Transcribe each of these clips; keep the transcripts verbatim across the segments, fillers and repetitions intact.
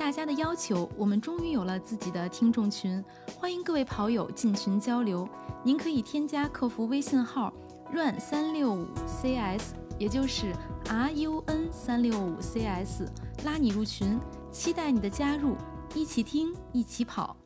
大家的要求，我们终于有了自己的听众群，欢迎各位跑友进群交流。您可以添加客服微信号 run 三六五 C S， 也就是 R U N 三六五 C S， 拉你入群，期待你的加入，一起听，一起跑。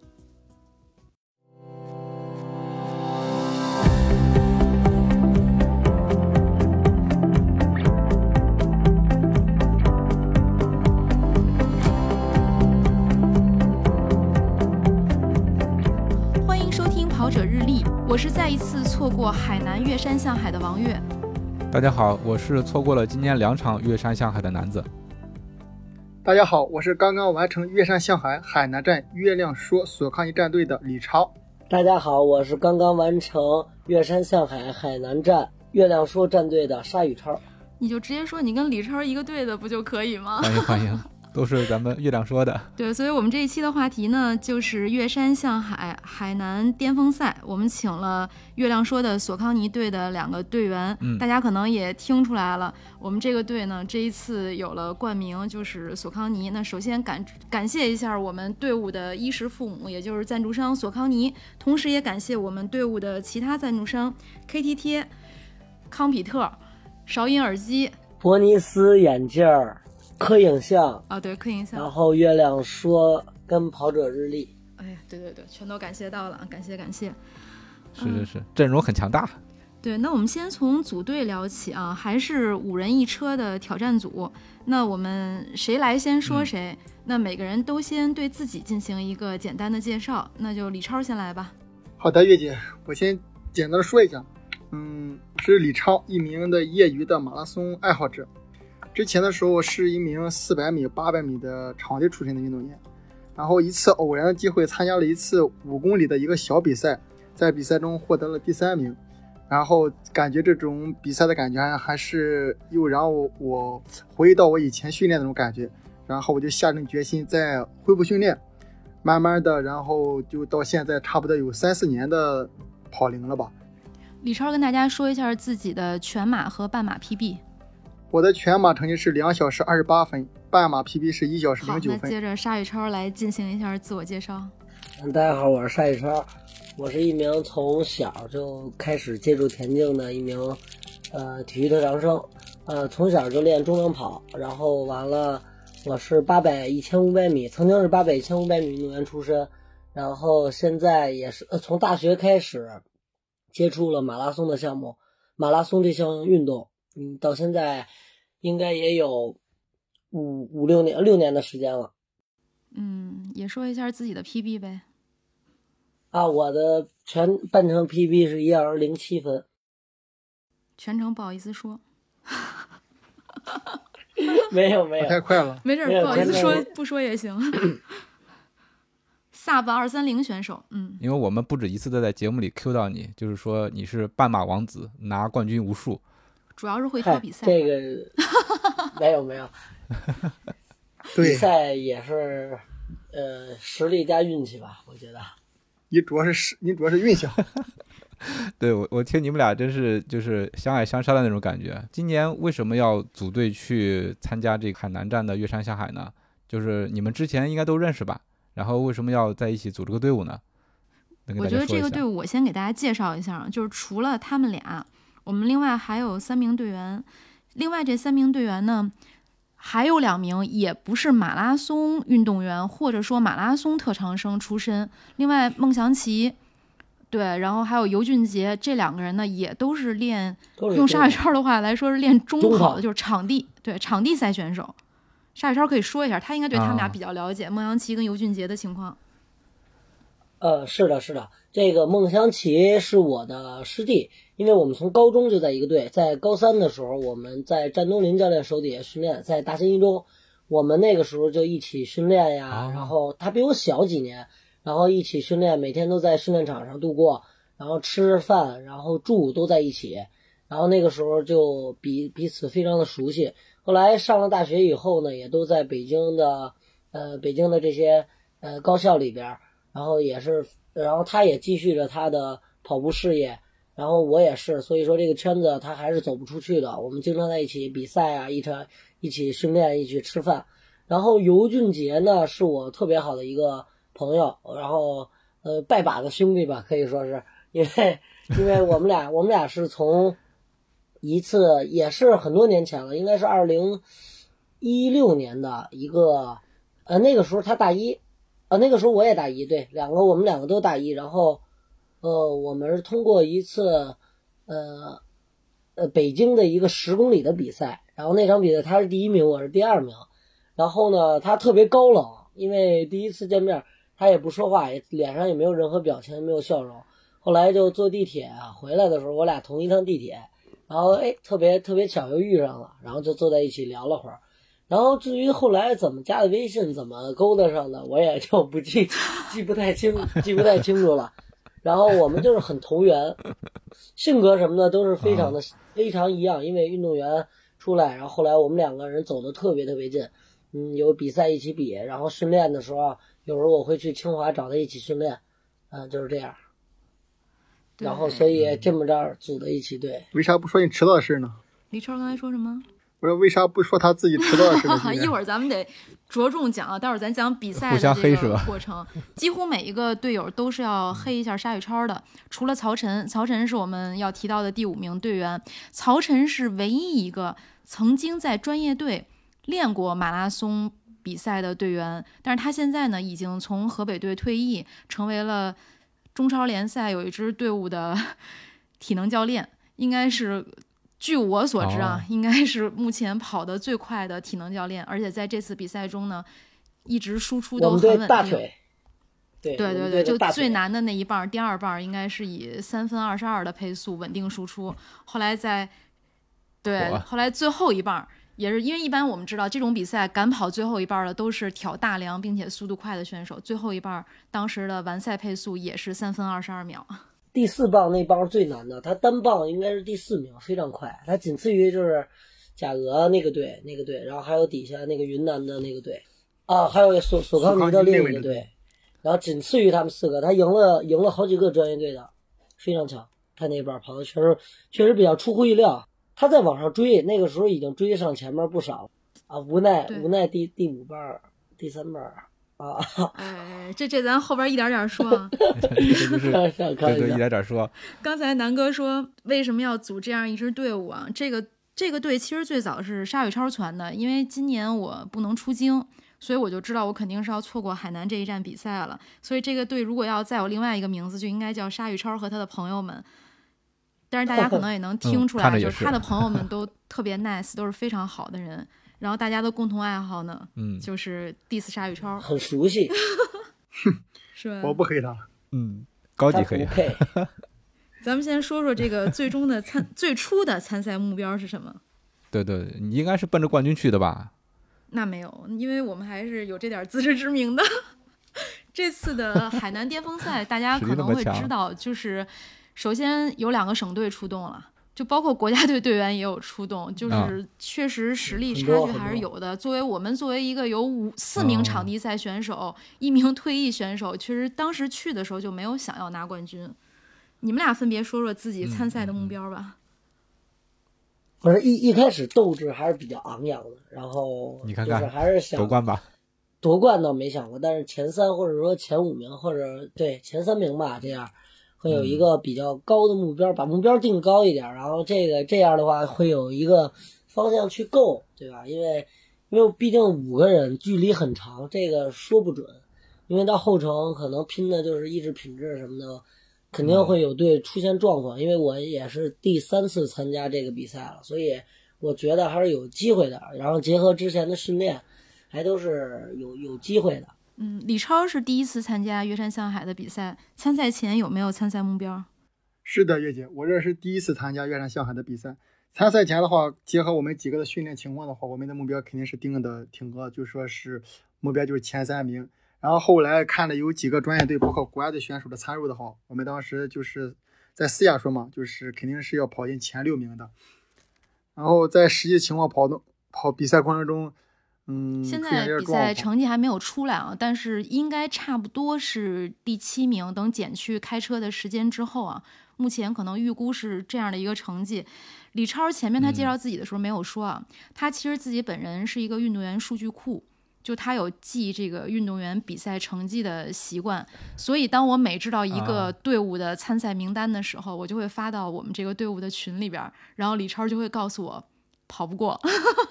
跑者日历，我是再一次错过海南越山向海的王悦。 大家好，我是错过了今年两场越山向海的南子。 大家好，我是刚刚完成越山向海海南站月亮说索康尼战队的李超。 大家好，我是刚刚完成越山向海海南站月亮说战队的沙宇超。 你就直接说你跟李超一个队的不就可以吗？ 欢迎欢迎，都是咱们月亮说的。 对，所以我们这一期的话题呢，就是越山向海海南巅峰赛。我们请了月亮说的索康尼队的两个队员、嗯、大家可能也听出来了，我们这个队呢，这一次有了冠名，就是索康尼。那首先感感谢一下我们队伍的衣食父母，也就是赞助商索康尼，同时也感谢我们队伍的其他赞助商 K T 贴、康比特、韶音耳机、 伯尼斯眼镜、科影像啊，对，科影像， 然后月亮说跟跑者日历， 哎呀，对对对，全都感谢到了，感谢感谢。 是是是、嗯，阵容很强大。 对，那我们先从组队聊起啊，还是五人一车的挑战组。那我们谁来先说谁、嗯？那每个人都先对自己进行一个简单的介绍。那就李超先来吧。 好的，月姐，我先简单的说一下，嗯，是李超，一名的业余的马拉松爱好者。之前的时候是一名四百米、八百米的场地出身的运动员，然后一次偶然的机会参加了一次五公里的一个小比赛，在比赛中获得了第三名，然后感觉这种比赛的感觉还是又让我我回忆到我以前训练的那种感觉，然后我就下定决心再恢复训练，慢慢的，然后就到现在差不多有三四年的跑龄了吧。 李超跟大家说一下自己的全马和半马 P B。 我的全马成绩是两小时二十八分，半马 P B 是一小时零九分。 好，那接着沙宇超来进行一下自我介绍。 大家好，我是沙宇超，我是一名从小就开始接触田径的一名呃体育特长生，呃从小就练中长跑，然后完了我是八百、一千五百米，曾经是八百、一千五百米运动员出身，然后现在也是呃从大学开始接触了马拉松的项目，马拉松这项运动。嗯，到现在应该也有五五六年六年的时间了。 嗯，也说一下自己的 P B 呗。 啊，我的全半程 P B 是一小时零七分。 全程不好意思说。 没有没有， 太快了。 没事，不好意思说，不说也行。Sub 二三零选手，嗯， 因为我们不止一次的在节目里 Q 到你，就是说你是半马王子，拿冠军无数。 主要是会挑比赛， 这个没有没有，比赛也是呃实力加运气吧，我觉得。 你主要是实，你主要是运气好。 对，我我听你们俩真是就是相爱相杀的那种感觉。今年为什么要组队去参加这个海南站的越山向海呢？就是你们之前应该都认识吧？然后为什么要在一起组这个队伍呢？ 我觉得这个队伍我先给大家介绍一下，就是除了他们俩。我们另外还有三名队员，另外这三名队员呢，还有两名也不是马拉松运动员，或者说马拉松特长生出身。另外孟祥奇，对，然后还有尤俊杰，这两个人呢也都是练，用沙宇超的话来说是练中跑的，就是场地，对，场地赛选手。沙宇超可以说一下，他应该对他们俩比较了解，孟祥奇跟尤俊杰的情况。 呃，是的，是的，这个孟祥奇是我的师弟，因为我们从高中就在一个队，在高三的时候，我们在战东林教练手底下训练，在大新一中，我们那个时候就一起训练呀，啊、然后他比我小几年，然后一起训练，每天都在训练场上度过，然后吃饭，然后住都在一起，然后那个时候就彼彼此非常的熟悉。后来上了大学以后呢，也都在北京的呃北京的这些呃高校里边。然后也是，然后他也继续着他的跑步事业，然后我也是，所以说这个圈子他还是走不出去的。我们经常在一起比赛啊，一起一起训练，一起吃饭。 然后尤俊杰呢是我特别好的一个朋友，然后呃拜把子兄弟吧，可以说是，因为因为我们俩我们俩是从一次也是很多年前了，应该是二零一六年的一个，呃那个时候他大一，呃那个时候我也大一，对，两个我们两个都大一，然后呃我们是通过一次呃呃北京的一个十公里的比赛，然后那场比赛他是第一名，我是第二名，然后呢他特别高冷，因为第一次见面他也不说话，也脸上也没有任何表情，没有笑容。后来就坐地铁啊回来的时候，我俩同一趟地铁，然后哎特别特别巧又遇上了，然后就坐在一起聊了会儿。然后至于后来怎么加的微信，怎么勾搭上的，我也就不记记不太清记不太清楚了。然后我们就是很投缘，性格什么的都是非常的、啊、非常一样，因为运动员出来，然后后来我们两个人走得特别特别近，嗯，有比赛一起比，然后训练的时候，有时候我会去清华找他一起训练，嗯，就是这样。然后所以这么着组的一起队。 为啥不说你迟到的事呢？ 李超刚才说什么？ 我说为啥不说他自己迟到的事呢？ 一会儿咱们得着重讲啊，待会儿咱讲比赛的这个过程。几乎每一个队友都是要黑一下沙宇超的，除了曹晨，曹晨是我们要提到的第五名队员。曹晨是唯一一个曾经在专业队练过马拉松比赛的队员，但是他现在呢已经从河北队退役，成为了中超联赛有一支队伍的体能教练，应该是据我所知啊、哦、应该是目前跑得最快的体能教练，而且在这次比赛中呢一直输出都很稳定。 大腿对对对对，就最难的那一棒，第二棒应该是以三分二十二的配速稳定输出，后来在对后来最后一棒也是因为一般我们知道这种比赛敢跑最后一棒的都是挑大梁并且速度快的选手，最后一棒当时的完赛配速也是三分二十二秒。 第四棒那棒是最难的，他单棒应该是第四名，非常快，他仅次于就是贾俄那个队那个队，然后还有底下那个云南的那个队啊，还有索索康尼的另一个队，然后仅次于他们四个，他赢了赢了好几个专业队的，非常强。他那棒跑的确实确实比较出乎意料，他在往上追，那个时候已经追上前面不少啊，无奈无奈第第五棒第三棒啊， 哎，这这咱后边一点点说啊， 对对，一点点说。 刚才南哥说为什么要组这样一支队伍啊？这个这个队其实最早是沙宇超传的，因为今年我不能出京，所以我就知道我肯定是要错过海南这一站比赛了。所以这个队如果要再有另外一个名字，就应该叫沙宇超和他的朋友们。但是大家可能也能听出来， 嗯、 就是他的朋友们都特别 nice， 都是非常好的人。然后大家的共同爱好呢，嗯，就是 diss 沙宇超， 很熟悉， 是吧？ 我不黑他， 嗯，高级黑。 咱们先说说这个最终的参最初的参赛目标是什么？ 对对，你应该是奔着冠军去的吧？ 那没有，因为我们还是有这点自知之明的。这次的海南巅峰赛，大家可能会知道，就是首先有两个省队出动了。就包括国家队队员也有出动，就是确实实力差距还是有的。作为我们作为一个有五四名场地赛选手、哦、一名退役选手，其实当时去的时候就没有想要拿冠军。你们俩分别说说自己参赛的目标吧。 不是一一开始斗志还是比较昂扬的，然后你看看就是还是想夺冠吧。 夺冠倒没想过，但是前三或者说前五名或者对前三名吧，这样。会有一个比较高的目标、嗯、把目标定高一点，然后这个这样的话会有一个方向去够，对吧？因为因为毕竟五个人距离很长，这个说不准，因为到后程可能拼的就是意志品质什么的，肯定会有队出现状况、嗯、因为我也是第三次参加这个比赛了，所以我觉得还是有机会的，然后结合之前的训练还都是有有机会的。 嗯，李超是第一次参加岳山向海的比赛，参赛前有没有参赛目标？ 是的，岳姐，我这是第一次参加岳山向海的比赛。参赛前的话，结合我们几个的训练情况的话，我们的目标肯定是定的挺高，就说是目标就是前三名。然后后来看了有几个专业队，包括国家队选手的参入的话，我们当时就是在私下说嘛，就是肯定是要跑进前六名的。然后在实际情况跑动跑比赛过程中。嗯， 现在比赛成绩还没有出来啊，但是应该差不多是第七名，等减去开车的时间之后啊，目前可能预估是这样的一个成绩。李超前面他介绍自己的时候没有说啊，嗯、他其实自己本人是一个运动员数据库， 就他有记这个运动员比赛成绩的习惯，所以当我每知道一个队伍的参赛名单的时候，啊、我就会发到我们这个队伍的群里边，然后李超就会告诉我跑不过。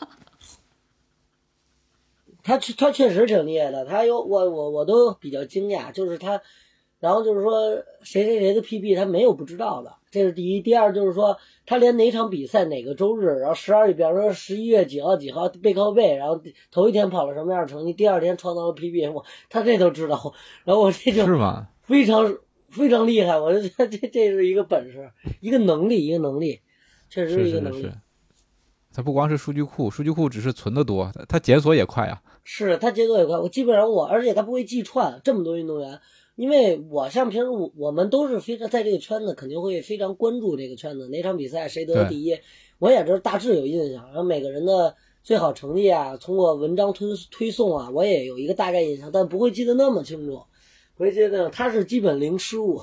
他他确实挺厉害的，他有我我我都比较惊讶，就是他，然后就是说谁谁谁的 P B 他没有不知道的，这是第一。第二就是说他连哪场比赛哪个周日，然后十二月，比方说十一月几号几号背靠背，然后头一天跑了什么样的成绩，第二天创造了 P B， 我他这都知道，然后我这就是吗？ 非常非常厉害，我就觉得这这是一个本事，一个能力，一个能力，确实是一个能力。 是是是，它不光是数据库，数据库只是存的多，它解锁也快啊。 是它解锁也快，我基本上我，而且它不会记串这么多运动员。因为我像平时我我们都是非常在这个圈子，肯定会非常关注这个圈子，哪场比赛谁得第一，我也就是大致有印象。然后每个人的最好成绩啊，通过文章推推送啊，我也有一个大概印象，但不会记得那么清楚。不会记得，他是基本零失误。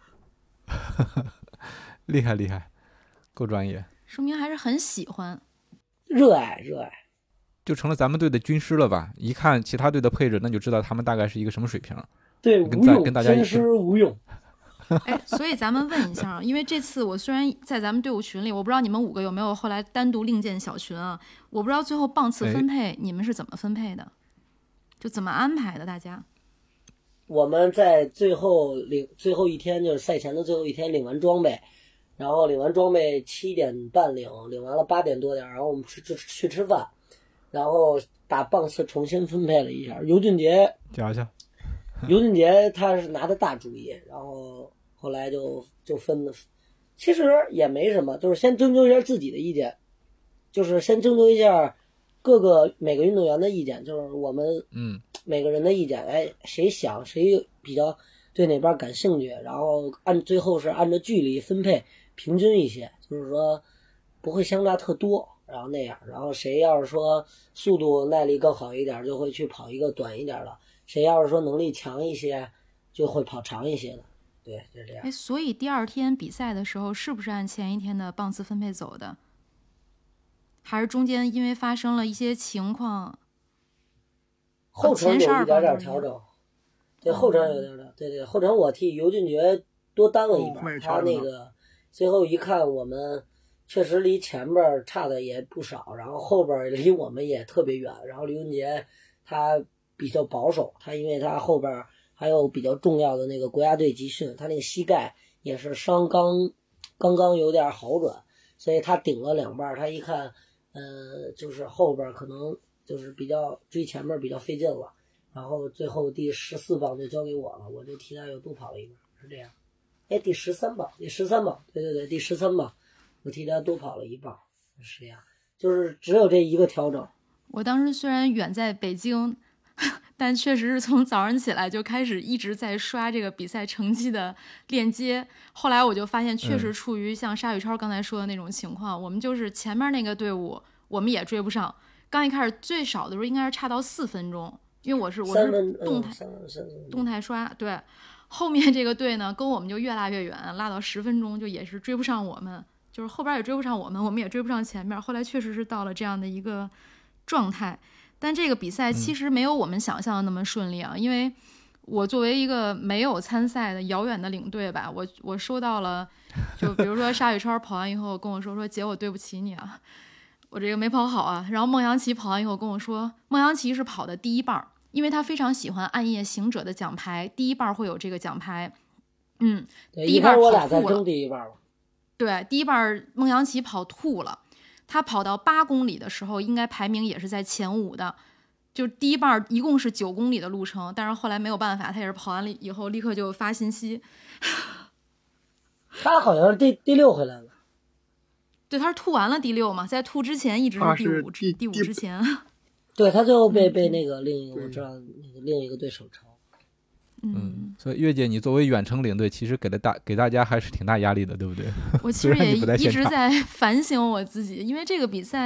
厉害厉害，够专业， 说明还是很喜欢， 热爱热爱， 就成了咱们队的军师了吧？一看其他队的配置，那就知道他们大概是一个什么水平。 对，无用，军师无用。 哎，所以咱们问一下，因为这次我虽然在咱们队伍群里，我不知道你们五个有没有后来单独另建小群啊？我不知道最后棒次分配、哎、你们是怎么分配的，就怎么安排的？大家？ 我们在最后领最后一天，就是赛前的最后一天领完装备，然后领完装备七点半领，领完了八点多点，然后我们去去去吃饭，然后把棒次重新分配了一下。尤俊杰讲一下。 尤俊杰他是拿的大主意，然后后来就就分的，其实也没什么，就是先征求一下自己的意见，就是先征求一下各个每个运动员的意见，就是我们嗯每个人的意见，哎，谁想谁比较对哪边感兴趣，然后按最后是按照距离分配平均一些，就是说不会相差特多，然后那样，然后谁要是说速度耐力更好一点，就会去跑一个短一点的。谁要是说能力强一些，就会跑长一些的，对，就是这样。 哎，所以第二天比赛的时候，是不是按前一天的棒次分配走的？还是中间因为发生了一些情况， 后程有一点点调整？对，后程有点点，对对，后程我替尤俊杰多担了一把，哦、他那个最后一看，我们确实离前边差的也不少，然后后边离我们也特别远，然后尤俊杰他比较保守，他因为他后边还有比较重要的那个国家队集训，他那个膝盖也是伤刚刚刚有点好转，所以他顶了两半，他一看呃就是后边可能就是比较追前面比较费劲了，然后最后第十四棒就交给我了，我就替他又多跑了一棒，是这样。哎，第十三棒，第十三棒，对对对，第十三棒我替他多跑了一棒，是这样，就是只有这一个调整。 我当时虽然远在北京，但确实是从早上起来就开始一直在刷这个比赛成绩的链接。后来我就发现，确实处于像沙宇超刚才说的那种情况，嗯、我们就是前面那个队伍，我们也追不上。刚一开始最少的时候应该是差到四分钟，因为我是我是动态、嗯、动态刷，对。后面这个队呢，跟我们就越拉越远，拉到十分钟就也是追不上我们，就是后边也追不上我们，我们也追不上前面。后来确实是到了这样的一个状态。但这个比赛其实没有我们想象的那么顺利啊，嗯、因为我作为一个没有参赛的遥远的领队吧，我我收到了，就比如说沙宇超跑完以后跟我说说姐我对不起你啊，我这个没跑好啊。然后孟祥奇跑完以后跟我说，孟祥奇是跑的第一棒，因为他非常喜欢暗夜行者的奖牌，第一棒会有这个奖牌，嗯， 对， 第一棒我俩在争第一棒了， 对，第一棒孟祥奇跑吐了。他跑到八公里的时候，应该排名也是在前五的。就第一棒一共是九公里的路程，但是后来没有办法，他也是跑完了以后立刻就发信息。 他好像是第第六回来了。 对，他是吐完了第六嘛，在吐之前一直是第五， 第第五之前。 对，他最后被、嗯、被那个另一个我知道那个另一个对手超。 嗯，所以月姐，你作为远程领队，其实给了大给大家还是挺大压力的，对不对？ 我其实也一直在反省我自己，因为这个比赛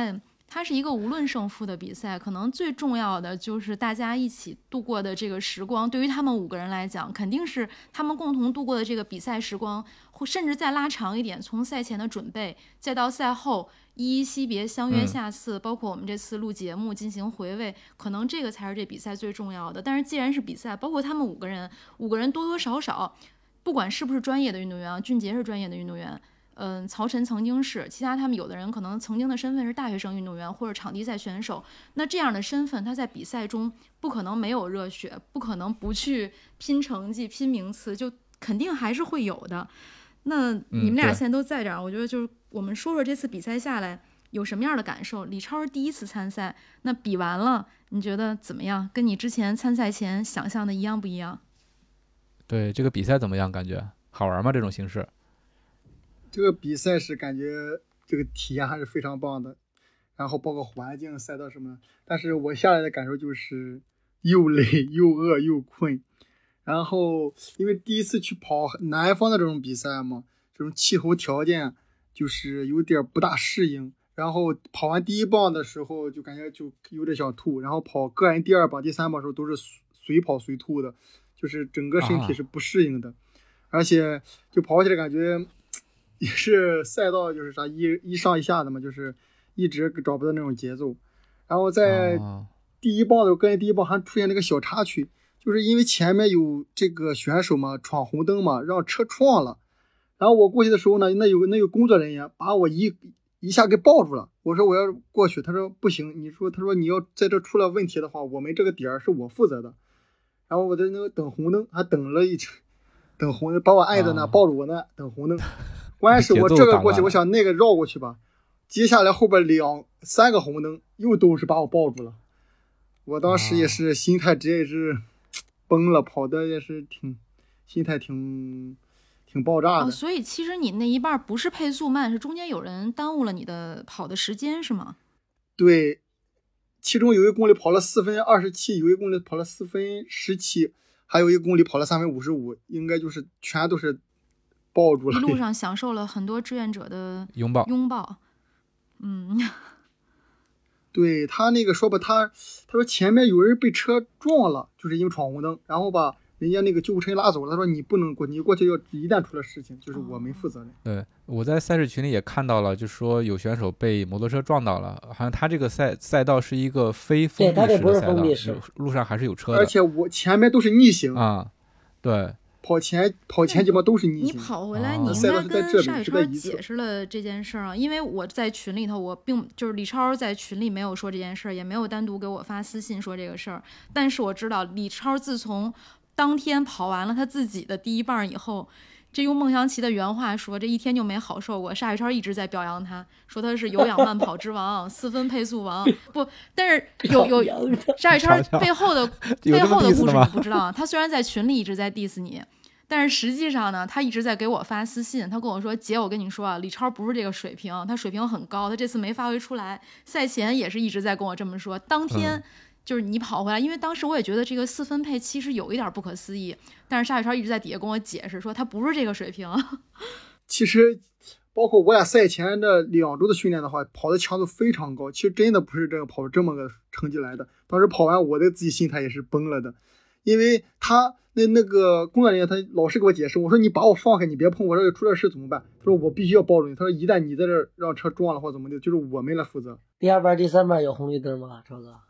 它是一个无论胜负的比赛，可能最重要的就是大家一起度过的这个时光，对于他们五个人来讲，肯定是他们共同度过的这个比赛时光，或甚至再拉长一点，从赛前的准备，再到赛后依依惜别，相约下次、嗯、包括我们这次录节目进行回味，可能这个才是这比赛最重要的。但是既然是比赛，包括他们五个人，五个人多多少少，不管是不是专业的运动员啊，俊杰是专业的运动员。嗯，曹晨曾经是，其他他们有的人可能曾经的身份是大学生运动员或者场地赛选手，那这样的身份他在比赛中不可能没有热血，不可能不去拼成绩拼名次，就肯定还是会有的。那你们俩现在都在这儿、嗯、我觉得就是我们说说这次比赛下来有什么样的感受。李超是第一次参赛，那比完了你觉得怎么样？跟你之前参赛前想象的一样不一样？ 对，这个比赛怎么样？感觉好玩吗？这种形式？ 这个比赛是感觉这个体验还是非常棒的，然后包括环境赛道什么的，但是我下来的感受就是又累又饿又困。然后因为第一次去跑南方的这种比赛嘛，这种气候条件就是有点不大适应，然后跑完第一棒的时候就感觉就有点想吐，然后跑个人第二棒第三棒的时候都是随跑随吐的，就是整个身体是不适应的、啊、而且就跑起来感觉也是赛道就是啥一一上一下的嘛，就是一直找不到那种节奏。然后在第一棒的时候跟第一棒还出现那个小插曲，就是因为前面有这个选手嘛闯红灯嘛，让车撞了。然后我过去的时候呢，那有那有工作人员把我一一下给抱住了。我说我要过去，他说不行，你说他说你要在这出了问题的话，我们这个点是我负责的。然后我在那个等红灯，还等了一等红灯，把我按着呢，抱着我呢，等红灯。关键是我这个过去，我想那个绕过去吧，接下来后边两三个红灯又都是把我抱住了，我当时也是心态直接是崩了，跑的也是挺心态挺挺爆炸的、 哦、所以其实你那一半不是配速慢，是中间有人耽误了你的跑的时间是吗？ 对，其中有一公里跑了四分二十七，有一公里跑了四分十七，还有一公里跑了三分五十五，应该就是全都是抱住了， 一路上享受了很多志愿者的拥抱拥抱。嗯， 对，他那个说吧，他他说前面有人被车撞了，就是因为闯红灯，然后把人家那个救护车拉走了。他说你不能过，你过去要一旦出了事情，就是我们负责任。 对，我在赛事群里也看到了，就是说有选手被摩托车撞到了，好像他这个赛赛道是一个非封闭式的赛道，路上还是有车的， 而且我前面都是逆行啊，对。 跑前跑前几棒都是逆行。 你跑回来，你应该跟沙宇超解释了这件事啊，因为我在群里头，我并就是李超在群里没有说这件事，也没有单独给我发私信说这个事儿。但是我知道李超自从当天跑完了他自己的第一棒以后，这用孟祥奇的原话说，这一天就没好受过。沙宇超一直在表扬他，说他是有氧慢跑之王，四分配速王。不，但是有有沙宇超背后的背后的故事你不知道。他虽然在群里一直在 diss 你，但是实际上呢，他一直在给我发私信。他跟我说：“姐，我跟你说啊，李超不是这个水平，他水平很高，他这次没发挥出来。赛前也是一直在跟我这么说。当天。嗯”就是你跑回来，因为当时我也觉得这个四分配其实有一点不可思议，但是沙宇超一直在底下跟我解释说他不是这个水平。 其实包括我俩赛前的两周的训练的话，跑的强度非常高，其实真的不是这个跑这么个成绩来的。当时跑完我的自己心态也是崩了的，因为他那那个工作人员他老是给我解释，我说你把我放开，你别碰我，说出了事怎么办？他说我必须要抱住你，他说一旦你在这让车撞了或怎么的，就是我们来负责。 第二班第三班有红绿灯吗，超哥？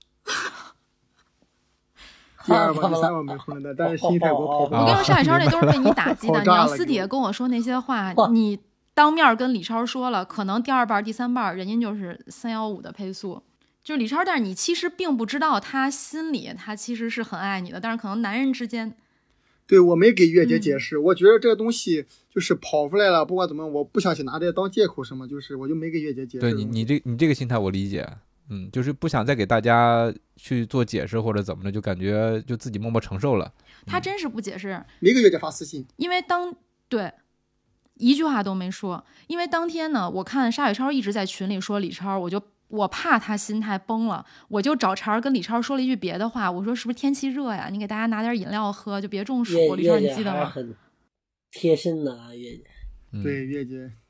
第二棒、第三棒没红绿灯，但是心态我跑不我跟你说，沙宇超那都是被你打击的。你要私底下跟我说那些话，你当面跟李超说了，可能第二棒、第三棒人家就是三幺五的配速，就是李超。但是你其实并不知道，他心里他其实是很爱你的，但是可能男人之间， 对我没给月姐解释、嗯，我觉得这个东西就是跑出来了，不管怎么，我不想去拿这当借口什么，就是我就没给月姐解释。 对你，你这你这个心态我理解。嗯，就是不想再给大家去做解释或者怎么的，就感觉就自己默默承受了。 他真是不解释， 没给月姐发私信， 因为当对一句话都没说。因为当天呢，我看沙宇超一直在群里说李超，我就我怕他心态崩了，我就找茬跟李超说了一句别的话，我说是不是天气热呀？你给大家拿点饮料喝，就别中暑。李超你记得吗？ 很贴心的啊，月姐。 对，月姐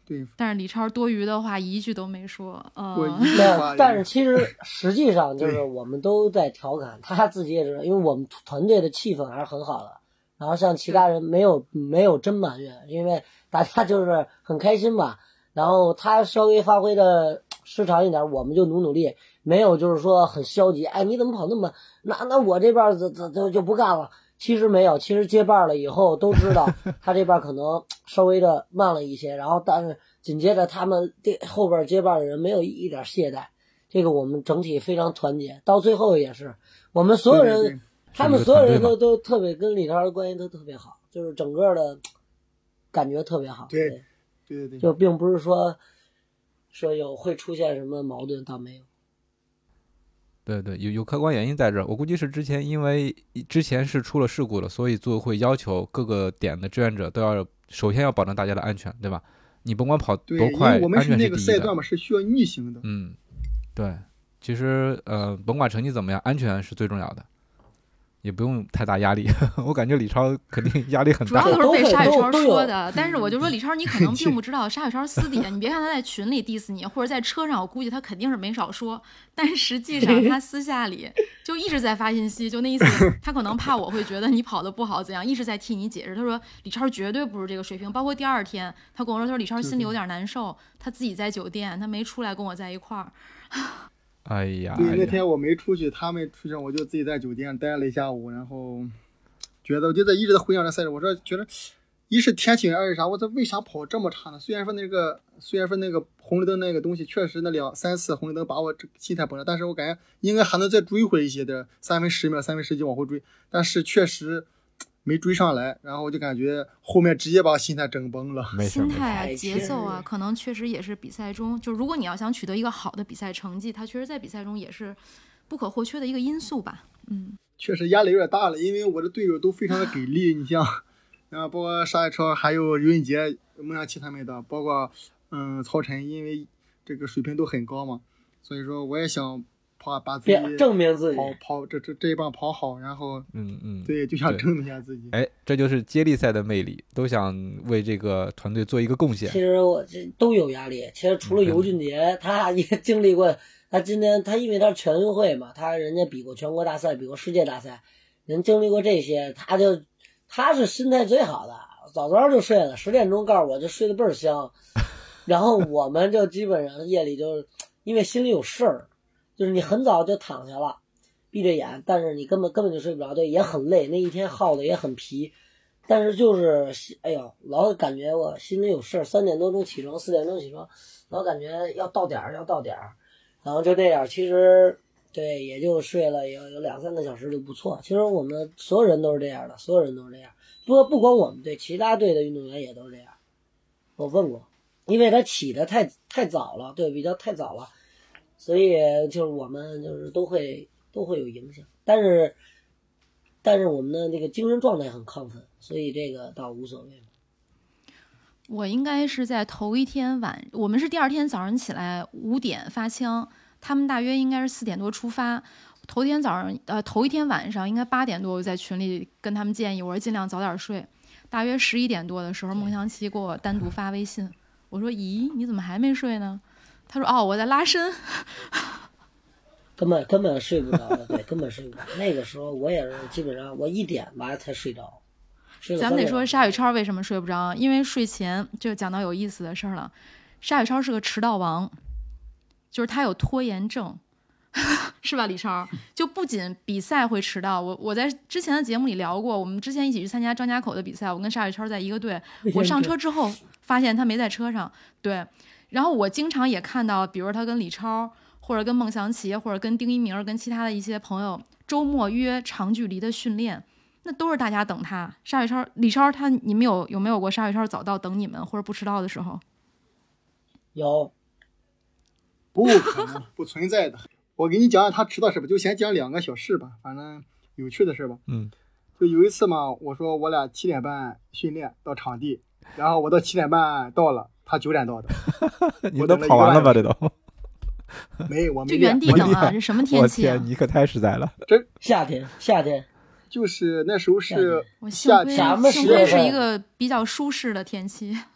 对， 但是李超多余的话一句都没说。呃， 我一句话但是其实实际上就是我们都在调侃，他自己也知道，因为我们团队的气氛还是很好的。然后像其他人没有没有真埋怨，因为大家就是很开心吧。然后他稍微发挥的失常一点，我们就努努力，没有就是说很消极。哎，你怎么跑那么那那我这边就就就不干了。其实没有，其实接棒了以后都知道他这边可能稍微的慢了一些，然后但是紧接着他们后边接棒的人没有一点懈怠，这个我们整体非常团结。到最后也是我们所有人。 对对对， 他们所有人都都特别跟李超的关系都特别好，就是整个的感觉特别好。 对对对对对， 就并不是说说有会出现什么矛盾，倒没有。 对对，有有客观原因在这儿。我估计是之前因为之前是出了事故了，所以组委会要求各个点的志愿者都要首先要保证大家的安全，对吧？你甭管跑多快， 因为我们是那个赛段嘛， 嘛，是需要逆行的。 嗯，对，其实呃，甭管成绩怎么样，安全是最重要的。也不用太大压力，我感觉李超肯定压力很大。 主要都是被沙雨超说的，但是我就说李超，你可能并不知道沙雨超私底下，你别看他在群里 diss 你，或者在车上，我估计他肯定是没少说，但是实际上他私下里就一直在发信息，就那意思，他可能怕我会觉得你跑得不好怎样，一直在替你解释。他说李超绝对不是这个水平，包括第二天他跟我说，他说李超心里有点难受，他自己在酒店，他没出来跟我在一块儿。 哎呀， 对，那天我没出去，他们出去，我就自己在酒店待了一下午，然后觉得我就在一直在回想这赛事，我说觉得一是天气，二是啥，我这为啥跑这么差呢？虽然说那个虽然说那个红绿灯那个东西确实那两三次红绿灯把我这心态崩了，但是我感觉应该还能再追回一些的，三分十秒三分十几往后追，但是确实没追上来，然后我就感觉后面直接把心态整崩了。 心态啊，节奏啊，可能确实也是比赛中，就如果你要想取得一个好的比赛成绩，它确实在比赛中也是不可或缺的一个因素吧。嗯， 确实压力有点大了，因为我的队友都非常的给力，你像，啊，包括沙野超，还有刘云杰、孟祥奇他们的，包括嗯曹晨，因为这个水平都很高嘛，所以说我也想。跑把自己证明自己跑跑这这这一棒跑好，然后嗯嗯， 对，就想证明一下自己。 哎，这就是接力赛的魅力，都想为这个团队做一个贡献。 其实我这都有压力，其实除了尤俊杰，嗯、他也经历过。他今天他因为他是全运会嘛，他人家比过全国大赛，比过世界大赛，人经历过这些，他就他是心态最好的，早早就睡了，十点钟告诉我就睡得倍儿香。然后我们就基本上夜里就因为心里有事儿。就是你很早就躺下了，闭着眼，但是你根本根本就睡不着，对，也很累，那一天耗的也很疲，但是就是哎呦，老感觉我心里有事儿，三点多钟起床，四点钟起床，老感觉要到点儿要到点儿，然后就这样，其实对，也就睡了有有两三个小时就不错。其实我们所有人都是这样的，所有人都是这样，不过不光我们队，其他队的运动员也都是这样。我问过，因为他起的太太早了，对，比较太早了。所以就是我们就是都会都会有影响，但是但是我们的那个精神状态很亢奋，所以这个倒无所谓。 我应该是在头一天晚，我们是第二天早上起来五点发枪，他们大约应该是四点多出发。头天早上呃头一天晚上应该八点多，我在群里跟他们建议，我说尽量早点睡。大约十一点多的时候，孟祥奇给我单独发微信，我说咦你怎么还没睡呢？他说：“哦，我在拉伸， 根本根本睡不着了，对，根本睡不着。那个时候我也是基本上我一点吧才睡着。 咱们得说沙宇超为什么睡不着，因为睡前就讲到有意思的事儿了。沙宇超是个迟到王，就是他有拖延症，是吧？李超就不仅比赛会迟到，我我在之前的节目里聊过，我们之前一起去参加张家口的比赛，我跟沙宇超在一个队，我上车之后发现他没在车上，对。”然后我经常也看到，比如他跟李超，或者跟孟祥奇，或者跟丁一鸣，跟其他的一些朋友，周末约长距离的训练，那都是大家等他。沙宇超、李超他，你们有有没有过沙宇超早到等你们或者不迟到的时候？ 有， 不可能，不存在的。我给你讲讲他迟到事吧，就先讲两个小事吧，反正有趣的事吧。 嗯， 就有一次嘛，我说我俩七点半训练到场地，然后我到七点半到了。他九点到的， 你都跑完了吧？这都没，我没就原地等啊！这什么天气啊？ 我天，你可太实在了。 这夏天，夏天就是那时候是夏天， 幸亏是一个比较舒适的天气。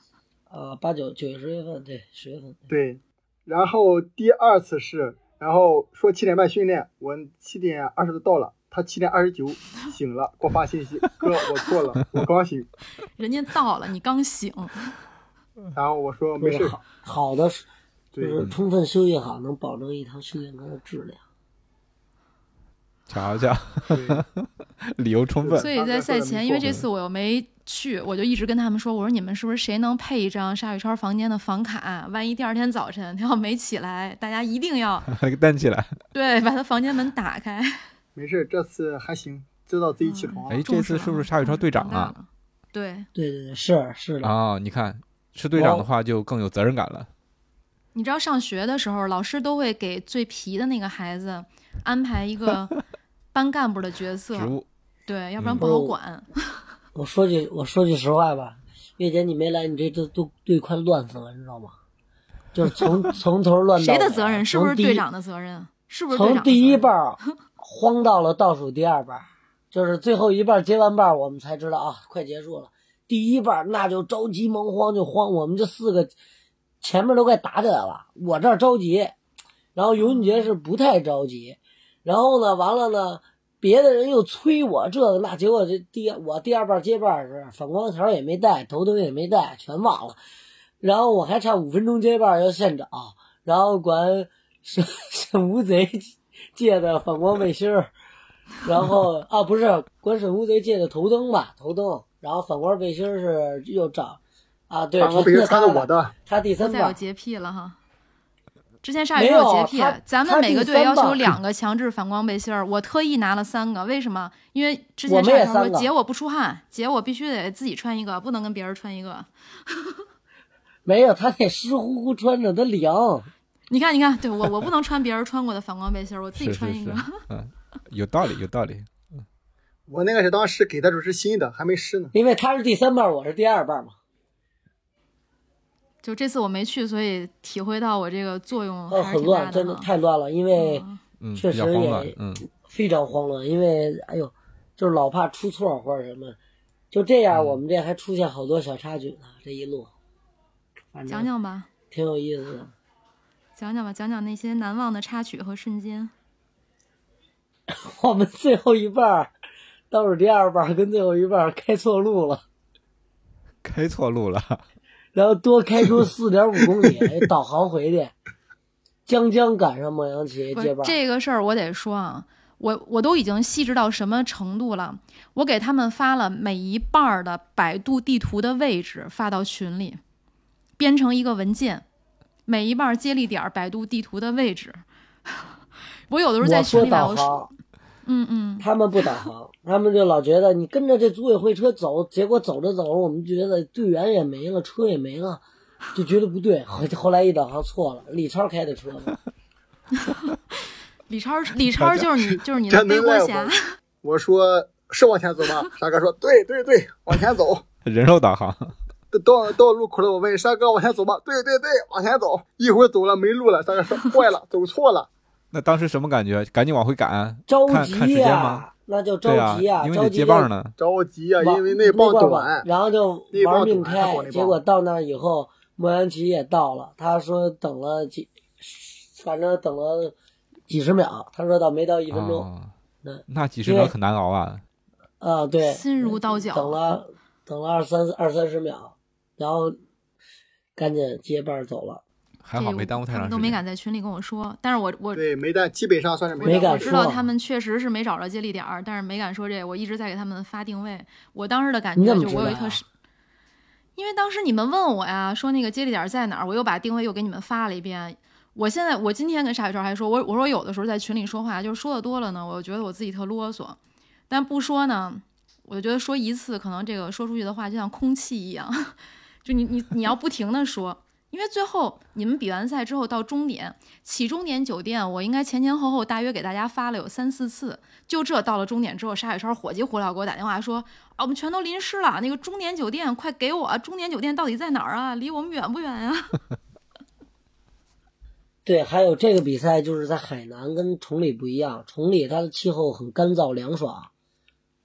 啊，八九九十月份，对，十月份。 对，然后第二次是，然后说七点半训练，我七点二十就到了，他七点二十九醒了，给我发信息，哥，我错了，我刚醒。 人家到了，你刚醒。 然后我说没事。 好好的，就是对， 充分休息好，能保证一堂训练课的质量。 瞧瞧，理由充分。 所以在赛前，因为这次我又没去，我就一直跟他们说，我说你们是不是谁能配一张沙宇超房间的房卡？万一第二天早晨他要没起来，大家一定要把他担起来， 对，把他房间门打开。 没事，这次还行，知道自己起床了。 哎，这次是不是沙宇超队长啊？ 对对对对，是是的啊、哦！你看，是队长的话就更有责任感了。 你知道上学的时候，老师都会给最皮的那个孩子安排一个班干部的角色， 职务， 对，要不然不好管。 嗯、我说句我说句实话吧，月姐你没来，你这都都队快乱死了，你知道吗？就是从从头乱到谁的责任？是不是队长的责任？是不是从第一棒慌到了倒数第二棒，就是最后一棒接完棒，我们才知道啊，快结束了。第一棒那就着急忙慌就慌，我们这四个前面都快打起来了，我这儿着急，然后尤俊杰是不太着急，然后呢，完了呢，别的人又催我这个那，结果这第我第二棒接棒是反光条也没带，头灯也没带，全忘了，然后我还差五分钟接棒要现找，然后管是沈无贼借的反光背心儿，然后啊不是管沈无贼借的头灯吧，头灯，然后反光背心是又找啊，对， 反光背心穿的我的， 他第三棒。再有洁癖了哈。之前鲨鱼有洁癖，咱们每个队要求两个强制反光背心儿，我特意拿了三个，为什么？因为之前鲨鱼说姐我不出汗，姐我必须得自己穿一个，不能跟别人穿一个。 没有，他得湿乎乎穿着，他凉。 你看，你看，对我我不能穿别人穿过的反光背心儿，我自己穿一个。 是是是嗯，有道理，有道理。嗯， 我那个是当时给他就是新的，还没湿呢。 因为他是第三棒，我是第二棒嘛。 就这次我没去，所以体会到我这个作用哦， 还是挺大的。 很乱，真的太乱了，因为确实也嗯非常慌乱，因为哎呦，就是老怕出错或者什么，就这样，我们这还出现好多小插曲呢。这一路， 讲讲吧， 挺有意思的。 讲讲吧，讲讲那些难忘的插曲和瞬间。 我们最后一棒，倒数第二棒跟最后一棒开错路了， 开错路了。 然后多开出四点五公里，导航回去，将将赶上孟阳岐接棒。 这个事儿我得说啊，我我都已经细致到什么程度了？我给他们发了每一半的百度地图的位置发到群里，编成一个文件，每一半接力点百度地图的位置。我有的时候在群里面，我说，嗯嗯， 他们不导航，他们就老觉得你跟着这组委会车走，结果走着走着，我们觉得队员也没了，车也没了，就觉得不对。后来一导航错了，李超开的车嘛。 李超，李超就是你，就是你的背锅侠。 我说是往前走吗？沙哥说对对对，往前走。 人肉导航。 到到路口了，我问沙哥往前走吗？对对对，往前走。一会儿走了没路了，沙哥说坏了，走错了。 那当时什么感觉？赶紧往回赶， 着急呀、啊， 看看时间吗？ 那就着急呀、啊， 因为得接棒呢。 着急呀、啊，因为那棒短， 然后就玩命开。结果到那以后，莫阳岐也到了，他说等了几，反正等了几十秒，他说到没到一分钟。 哦、那那几十秒很难熬啊。 啊，对， 心如刀绞。 等了等了二三二三十秒，然后赶紧接棒走了。 还好没耽误太长时间， 都没敢在群里跟我说，但是我我对没敢，基本上算是没敢说。 我知道他们确实是没找着接力点，但是没敢说这个。我一直在给他们发定位。我当时的感觉就我有一特是，因为当时你们问我呀，说那个接力点在哪儿，我又把定位又给你们发了一遍。我现在我今天跟沙宇超还说，我我说有的时候在群里说话，就是说的多了呢，我觉得我自己特啰嗦，但不说呢，我就觉得说一次可能这个说出去的话就像空气一样，就你你你要不停的说。因为最后你们比完赛之后到终点起终点酒店，我应该前前后后大约给大家发了有三四次，就这到了终点之后，沙宇超火急火燎给我打电话说啊，我们全都淋湿了，那个终点酒店快给我，终点酒店到底在哪儿啊？离我们远不远呀、啊？ 对，还有这个比赛就是在海南跟崇礼不一样，崇礼它的气候很干燥凉爽，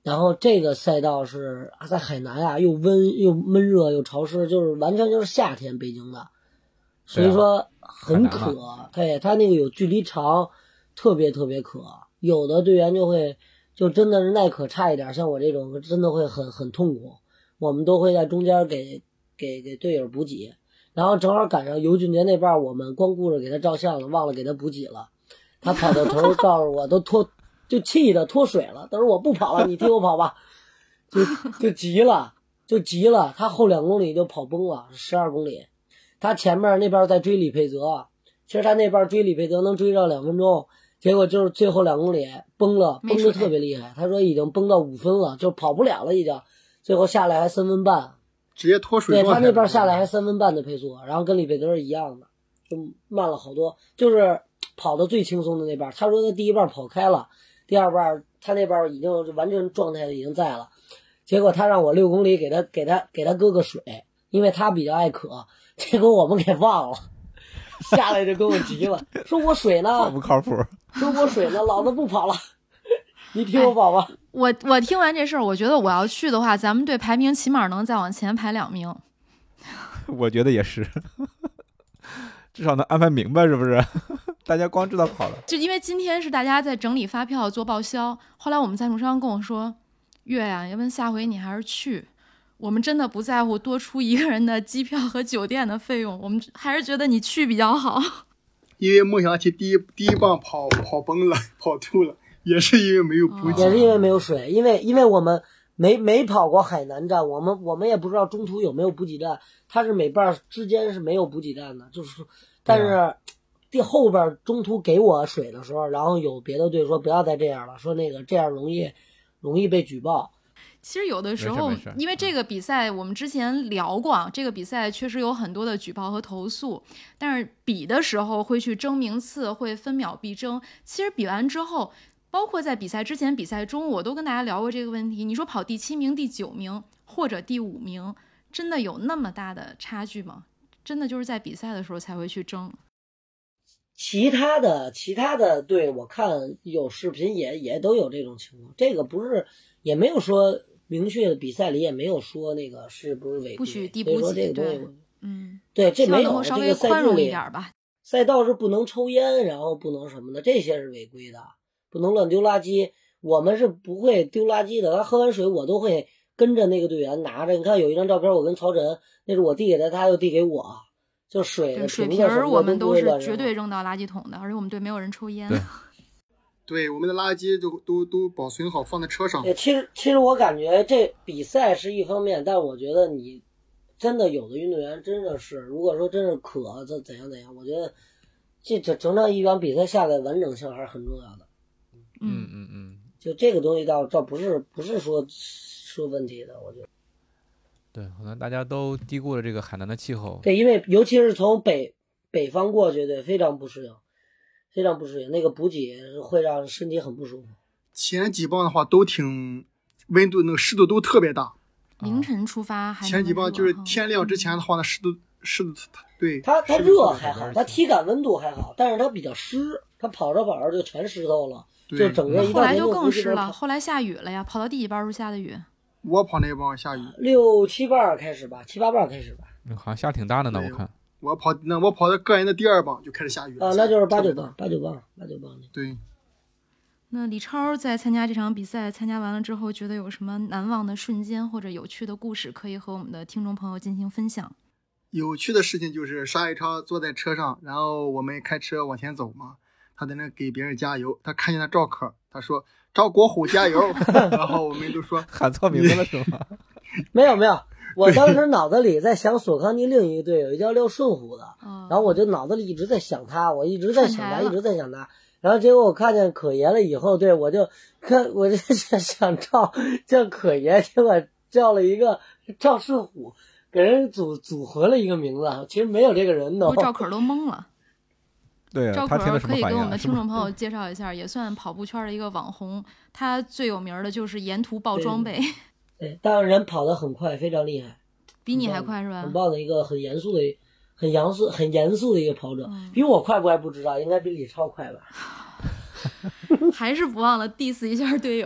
然后这个赛道是在海南啊，又温又闷热又潮湿，就是完全就是夏天北京的，所以说很渴。对，他那个有距离长，特别特别渴。有的队员就会就真的是耐渴差一点，像我这种真的会很很痛苦。我们都会在中间给给给队友补给，然后正好赶上尤俊杰那半，我们光顾着给他照相了，忘了给他补给了。他跑到头告诉我，都脱就气的脱水了。他说我不跑了，你替我跑吧，就就急了，就急了。他后两公里就跑崩了，十二公里。他前面那边在追李佩泽，其实他那边追李佩泽能追上两分钟，结果就是最后两公里崩了，崩的特别厉害。他说已经崩到五分了，就跑不了了已经。最后下来还三分半， 直接脱水。 对，他那边下来还三分半的配速，然后跟李佩德是一样的，就慢了好多。就是跑的最轻松的那半，他说他第一半跑开了，第二半他那边已经完全状态已经在了。结果他让我六公里给他给他给他搁个水，因为他比较爱渴，结果我们给忘了，下来就跟我急了，说我水呢？ 不靠谱。 说我水呢，老子不跑了。你替我跑吧。 哎、我我听完这事儿，我觉得我要去的话，咱们队排名起码能再往前排两名。 我觉得也是，至少能安排明白，是不是？大家光知道跑了。 就因为今天是大家在整理发票做报销，后来我们赞助商跟我说，月呀，要不然下回你还是去。我们真的不在乎多出一个人的机票和酒店的费用，我们还是觉得你去比较好。 因为梦想起第一第一棒跑跑崩了，跑吐了。也是因为没有补给， 也是因为没有水，因为因为我们没没跑过海南站，我们我们也不知道中途有没有补给站，它是每半之间是没有补给站的，就是但是第后边中途给我水的时候，然后有别的队说不要再这样了，说那个这样容易容易被举报。 其实有的时候，因为这个比赛我们之前聊过啊，这个比赛确实有很多的举报和投诉，但是比的时候会去争名次，会分秒必争。其实比完之后，包括在比赛之前、比赛中，我都跟大家聊过这个问题。你说跑第七名、第九名或者第五名，真的有那么大的差距吗？真的就是在比赛的时候才会去争。 其他的其他的队，我看有视频也也都有这种情况。这个不是也没有说明确的，比赛里也没有说那个是不是违规， 不许递补给。对，嗯， 对，这没有， 稍微宽容一点吧。 赛道是不能抽烟，然后不能什么的，这些是违规的。不能乱丢垃圾，我们是不会丢垃圾的。他喝完水，我都会跟着那个队员拿着。你看有一张照片，我跟曹晨，那是我递给他，他又递给我。就水的水瓶儿，我们都是绝对扔到垃圾桶的，而且我们队没有人抽烟。 对， 对，我们的垃圾就都都保存好，放在车上。 对，其实其实我感觉这比赛是一方面，但我觉得你真的有的运动员真的是，如果说真是渴，这怎样怎样，我觉得这整整场一场比赛下来完整性还是很重要的。 嗯嗯嗯， 就这个东西倒倒不是不是说说问题的，我觉得。 对，可能大家都低估了这个海南的气候。 对，因为尤其是从北北方过去，对，非常不适应，非常不适应。那个补给会让身体很不舒服。 前几棒的话都挺温度，那个湿度都特别大。 凌晨出发还前几棒就是天亮之前的话，那湿度湿度对。 它它热还好，它体感温度还好，但是它比较湿，它跑着跑着就全湿透了。就整个一后来就更湿了，后来下雨了呀，跑到第几班时候下的雨？ 我跑那帮下雨， 六七棒开始吧，七八棒开始吧。 好像下挺大的呢，我看。 我跑那我跑的个人的第二棒就开始下雨了。 啊，那就是八九棒，八九棒，八九棒。 对。 那李超在参加这场比赛，参加完了之后，觉得有什么难忘的瞬间或者有趣的故事，可以和我们的听众朋友进行分享？ 有趣的事情就是沙一超坐在车上，然后我们开车往前走嘛。他在那给别人加油，他看见他赵可，他说赵国虎加油，然后我们都说喊错名字了是吗？ 没有没有，我当时脑子里在想索康尼另一个队友，一叫廖顺虎的， 哦、 然后我就脑子里一直在想他，我一直在想他，一直在想他，然后结果我看见可爷了以后，对我就看我就想想赵叫可爷，结果叫了一个赵顺虎，给人组组合了一个名字，其实没有这个人都， 赵可都懵了。 对， 赵可可以给我们的听众朋友是介绍一下，也算跑步圈的一个网红。他最有名的就是沿途爆装备。 对，对，但是人跑得很快，非常厉害， 比你还快是吧？ 很棒的一个很严肃的、很严肃、很严肃的一个跑者， 嗯、 比我快不快不知道，应该比李超快吧。 还是不忘了 diss 一下队友。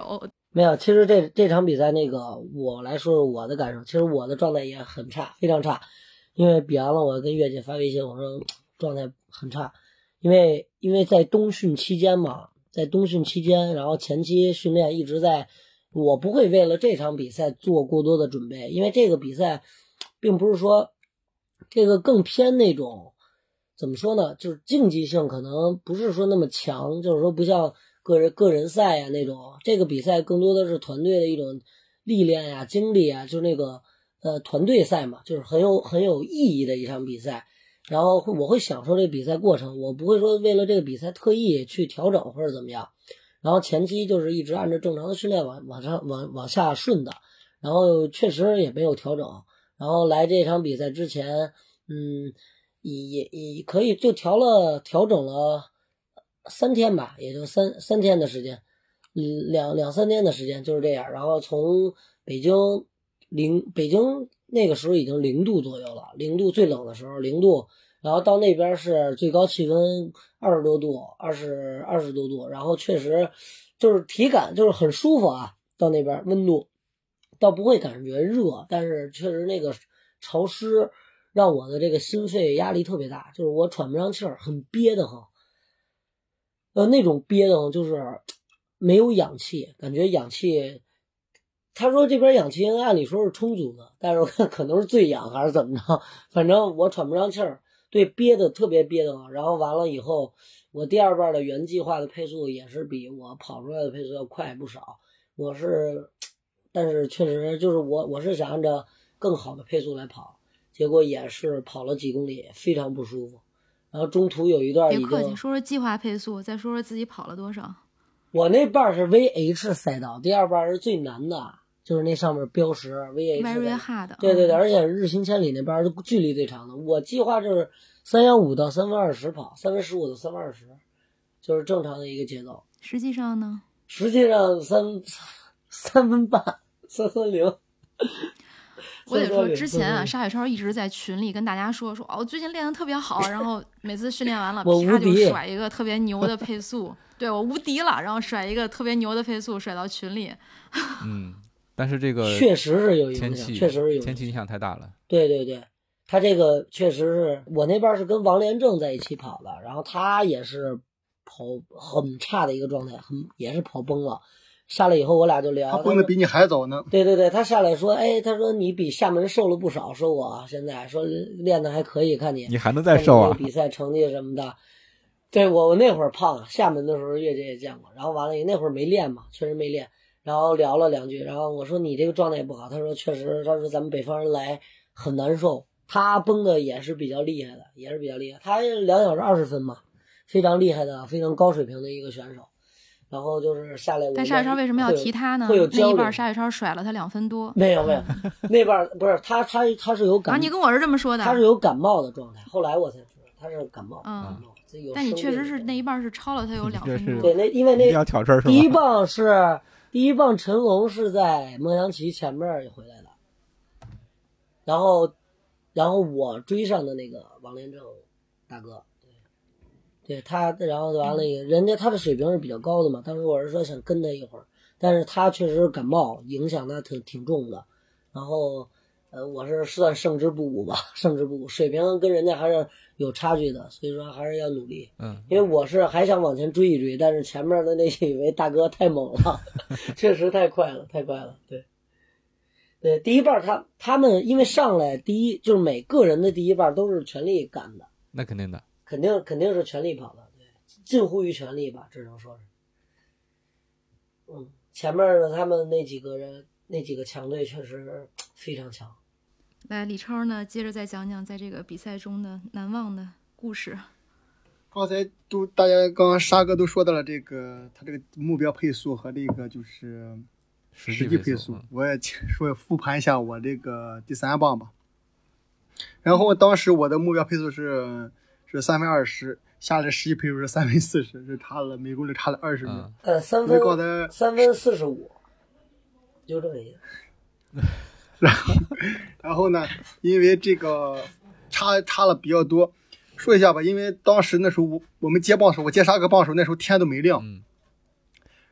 没有，其实这这场比赛那个我来说说我的感受，其实我的状态也很差，非常差，因为比完了我跟月姐发微信，我说状态很差，因为因为在冬训期间嘛，在冬训期间，然后前期训练一直在，我不会为了这场比赛做过多的准备，因为这个比赛并不是说这个更偏那种怎么说呢，就是竞技性可能不是说那么强，就是说不像个人个人赛呀、啊、那种，这个比赛更多的是团队的一种历练呀、啊、经历啊，就是那个呃团队赛嘛，就是很有很有意义的一场比赛。然后我会享受这个比赛过程，我不会说为了这个比赛特意去调整或者怎么样。然后前期就是一直按照正常的训练往往上往往下顺的，然后确实也没有调整。然后来这场比赛之前，嗯，也也也可以就调了调整了三天吧，也就三三天的时间，嗯，两两三天的时间就是这样。然后从北京零北京那个时候已经零度左右了，零度最冷的时候零度，然后到那边是最高气温二十多度，二十二十多度，然后确实就是体感就是很舒服啊，到那边温度倒不会感觉热，但是确实那个潮湿让我的这个心肺压力特别大，就是我喘不上气儿，很憋得慌。呃，那种憋得慌就是没有氧气，感觉氧气，他说这边氧气按理说是充足的，但是我看可能是醉氧还是怎么着，反正我喘不上气儿，对，憋得特别憋得慌。然后完了以后，我第二半的原计划的配速也是比我跑出来的配速要快不少。我是，但是确实就是我我是想按照更好的配速来跑，结果也是跑了几公里，非常不舒服。然后中途有一段已经， 别客气，说说计划配速，再说说自己跑了多少。 我那半是 V H 赛道，第二半是最难的，就是那上面标识 V H Very hard。 对对对，而且日行千里那边是距离最长的。我计划就是三幺五到三分二十跑，三分十五到三分二十，就是正常的一个节奏。 实际上呢？ 实际上三三分半，三分零。 我得说，之前啊，沙海超一直在群里跟大家说说，哦，最近练得特别好，然后每次训练完了，啪就甩一个特别牛的配速，对我无敌了，然后甩一个特别牛的配速甩到群里。 嗯，但是这个确实是有影响， 确实是有天气影响太大了。 对对对，他这个确实是我那边是跟王连正在一起跑的，然后他也是跑很差的一个状态，很也是跑崩了。下来以后我俩就聊， 他崩的比你还早呢。 对对对，他下来说，哎，他说你比厦门瘦了不少，说我现在说练的还可以，看你你还能再瘦啊？ 比赛成绩什么的，对我我那会儿胖，厦门的时候月姐也见过，然后完了那会儿没练嘛，确实没练，然后聊了两句，然后我说你这个状态也不好，他说确实，他说咱们北方人来很难受，他崩的也是比较厉害的，也是比较厉害，他两小时二十分嘛，非常厉害的，非常高水平的一个选手。然后就是下来我， 但沙海超为什么要提他呢？ 会有那一半沙海超甩了他两分多。 没有没有，那半不是他他他是有感， 啊，你跟我是这么说的， 他是有感冒的状态。后来我才知道他是感冒， 嗯、 感冒。 但你确实是那一半是超了他有两分多。 对，那因为那要挑事儿是吧？ 第一棒是第一棒，陈龙是在孟祥奇前面回来的，然后然后我追上的那个王连正大哥。对他，然后完了，人家他的水平是比较高的嘛。当时我是说想跟他一会儿，但是他确实感冒，影响他挺挺重的。然后，呃，我是算胜之不武吧，胜之不武，水平跟人家还是有差距的，所以说还是要努力。 嗯， 因为我是还想往前追一追，但是前面的那几位大哥太猛了，确实太快了，太快了。对，对，第一半他他们因为上来第一就是每个人的第一半都是全力赶的， 那肯定的。 肯定肯定是全力跑的，对，近乎于全力吧，只能说是。嗯，前面的他们那几个人，那几个强队确实非常强。 来，李超呢，接着再讲讲在这个比赛中的难忘的故事。 刚才都大家刚刚沙哥都说到了这个他这个目标配速和这个就是实际配速，我也说复盘一下我这个第三棒吧。然后当时我的目标配速是。是三分二十，下来实际配速是三分四十，是差了每公里差了二十秒。 呃，三分三分四十五，就这么一个。 然后，然后呢，因为这个差差了比较多，说一下吧。因为当时那时候我我们接棒的时候，我接沙哥棒的时候，那时候天都没亮。 嗯、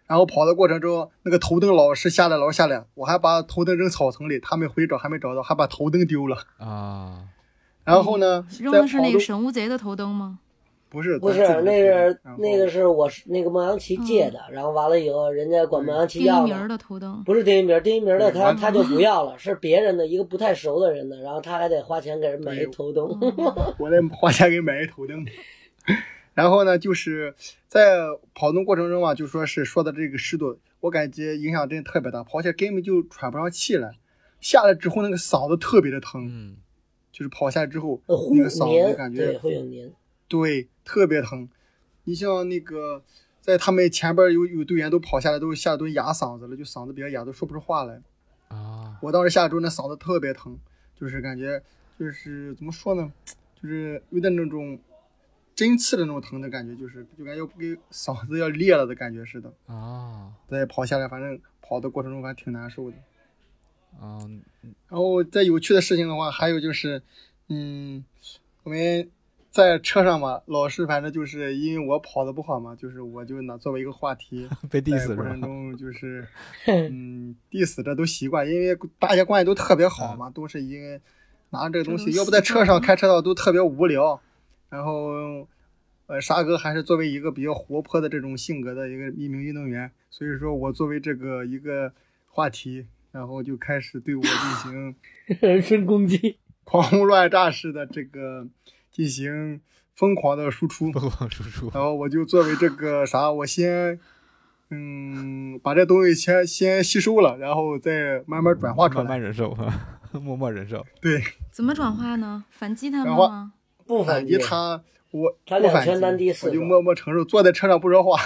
然后跑的过程中，那个头灯老是下来老下来，我还把头灯扔草丛里，他们回找还没找到，还把头灯丢了啊。 然后呢， 扔的是那个神乌贼的头灯吗？ 不是， 不是，那个那个是我那个孟阳琪借的，嗯、然后完了以后，人家管孟阳琪要丁一鸣的头灯， 不是丁一鸣，丁一鸣的他他就不要了，是别人的一个不太熟的人的，然后他还得花钱给人买一头灯， 我得花钱给买一头灯。然后呢，就是在跑动过程中嘛，就说是说的这个湿度，我感觉影响真的特别大，跑起来根本就喘不上气来，下来之后那个嗓子特别的疼， 嗯， 就是跑下来之后、 呃、 那个嗓子感觉对会有黏， 对，特别疼。你像那个在他们前边有有队员都跑下来，都下来都哑嗓子了，就嗓子比较哑，都说不出话来啊。 我当时下来之后那嗓子特别疼，就是感觉就是怎么说呢，就是有点那种针刺的那种疼的感觉，就是就感觉给嗓子要裂了的感觉似的啊。 再跑下来，反正跑的过程中反正挺难受的啊。 然后再有趣的事情的话，还有就是嗯我们在车上嘛，老是反正就是因为我跑的不好嘛，就是我就拿作为一个话题被 diss 是吧？过程中就是嗯 diss 这都习惯，因为大家关系都特别好嘛，嗯、都是因为拿着这个东西，要不在车上开车道都特别无聊。然后呃沙哥还是作为一个比较活泼的这种性格的一个一名运动员，所以说我作为这个一个话题，然后就开始对我进行人身攻击， 狂轰乱炸式的这个进行疯狂的输出， 疯狂输出。 然后我就作为这个啥，我先嗯把这东西先先吸收了，然后再慢慢转化出来， 慢慢忍受，默默忍受。 对， 怎么转化呢？反击他们吗？ 不反击他，我他两拳难敌四手， 我就默默承受，坐在车上不说话。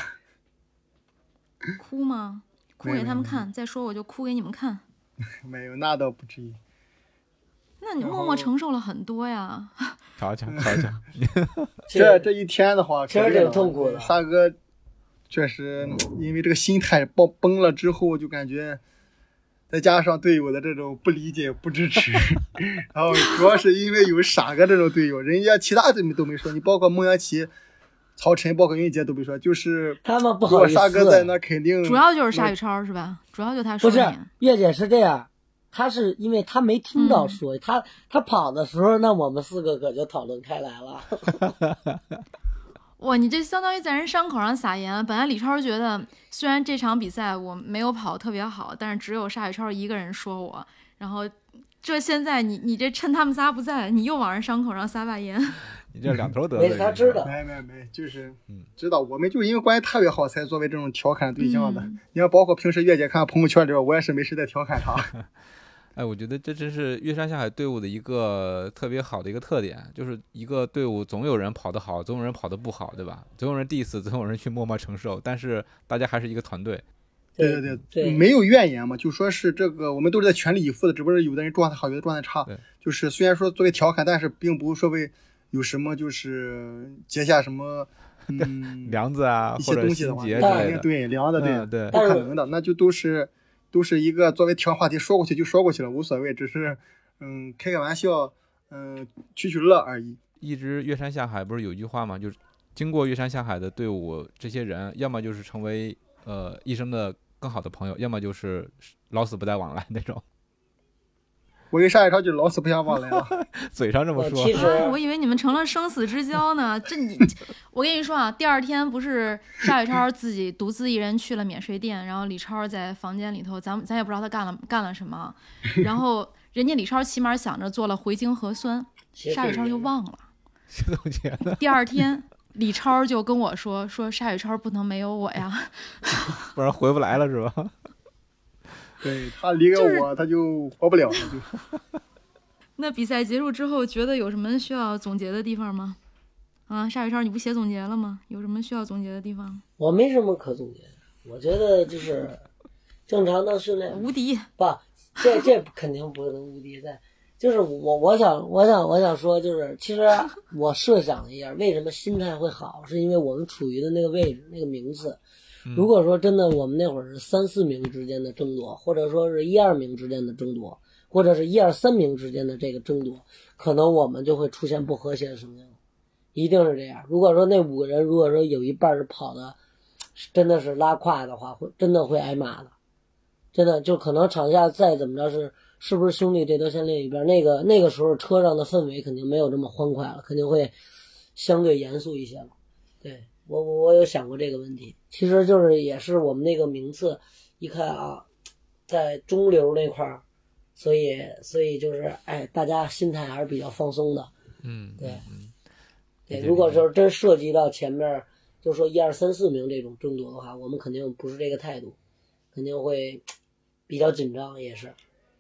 哭吗？哭给他们看，再说我就哭给你们看。 没有，那倒不至于。 那你默默承受了很多呀。 瞧瞧瞧瞧， 这这一天的话， 确实挺痛苦的。 沙哥确实因为这个心态崩崩了之后，就感觉。再加上队友的这种不理解、不支持，然后主要是因为有傻哥这种队友，人家其他队都没说，你包括孟阳琪、曹晨，包括云杰都没说，就是他们不好意思。 沙哥在那肯定主要就是沙宇超是吧？主要就他说不是月姐是这样，他是因为他没听到说，嗯、他他跑的时候，那我们四个可就讨论开来了。 哇，你这相当于在人伤口上撒盐。本来李超觉得，虽然这场比赛我没有跑特别好，但是只有沙宇超一个人说我。然后，这现在你你这趁他们仨不在，你又往人伤口上撒把盐。 你这两头得罪。 没他知道， 没没没，就是知道。我们就因为关系特别好，才作为这种调侃对象的。 嗯、 你看，包括平时月姐看朋友圈里边，我也是没事在调侃他。 哎，我觉得这真是岳山下海队伍的一个特别好的一个特点，就是一个队伍总有人跑得好，总有人跑得不好，对吧？总有人 diss， 总有人去默默承受，但是大家还是一个团队。 对对对，没有怨言嘛，就说是这个我们都是在全力以赴的，只不过是有的人状态好，有的状态差。就是虽然说作为调侃，但是并不是说为有什么就是结下什么嗯梁子啊一些东西的话， 对对梁子对、 嗯、对， 不可能的，那就都是。都是一个作为调话题，说过去就说过去了，无所谓，只是嗯开开玩笑，嗯取取乐而已。 一直岳山下海不是有一句话吗？就是经过岳山下海的队伍，这些人要么就是成为呃一生的更好的朋友，要么就是老死不再往来那种。 我跟沙宇超就老死不相往来了， 嘴上这么说。 其实、 啊、我以为你们成了生死之交呢。这你，我跟你说啊，第二天不是沙宇超自己独自一人去了免税店，然后李超在房间里头，咱咱也不知道他干了干了什么，然后人家李超起码想着做了回京核酸，沙宇超就忘了。第二天李超就跟我说说沙宇超不能没有我呀， 不然回不来了是吧？ 对，他离开我、就是、他就活不了了就。 那比赛结束之后觉得有什么需要总结的地方吗？啊，沙宇超你不写总结了吗？有什么需要总结的地方？ 我没什么可总结，我觉得就是正常的训练无敌。 不，这这肯定不能无敌的。就是我我想我想我想说，就是其实我设想一下，为什么心态会好，是因为我们处于的那个位置那个名次。如果说真的我们那会儿是三四名之间的争夺，或者说是一二名之间的争夺，或者是一二三名之间的这个争夺，可能我们就会出现不和谐的声音，一定是这样。如果说那五个人如果说有一半是跑的真的是拉胯的话，会真的会挨骂的。真的就可能场下再怎么着是是不是兄弟这都先另一边，那个那个时候车上的氛围肯定没有这么欢快了，肯定会相对严肃一些了。对，我我我有想过这个问题，其实就是也是我们那个名次一看啊，在中流那块儿，所以所以就是哎，大家心态还是比较放松的。 嗯， 对， 嗯， 对，如果说真涉及到前面就说一二三四名这种争夺的话，我们肯定不是这个态度，肯定会比较紧张，也是。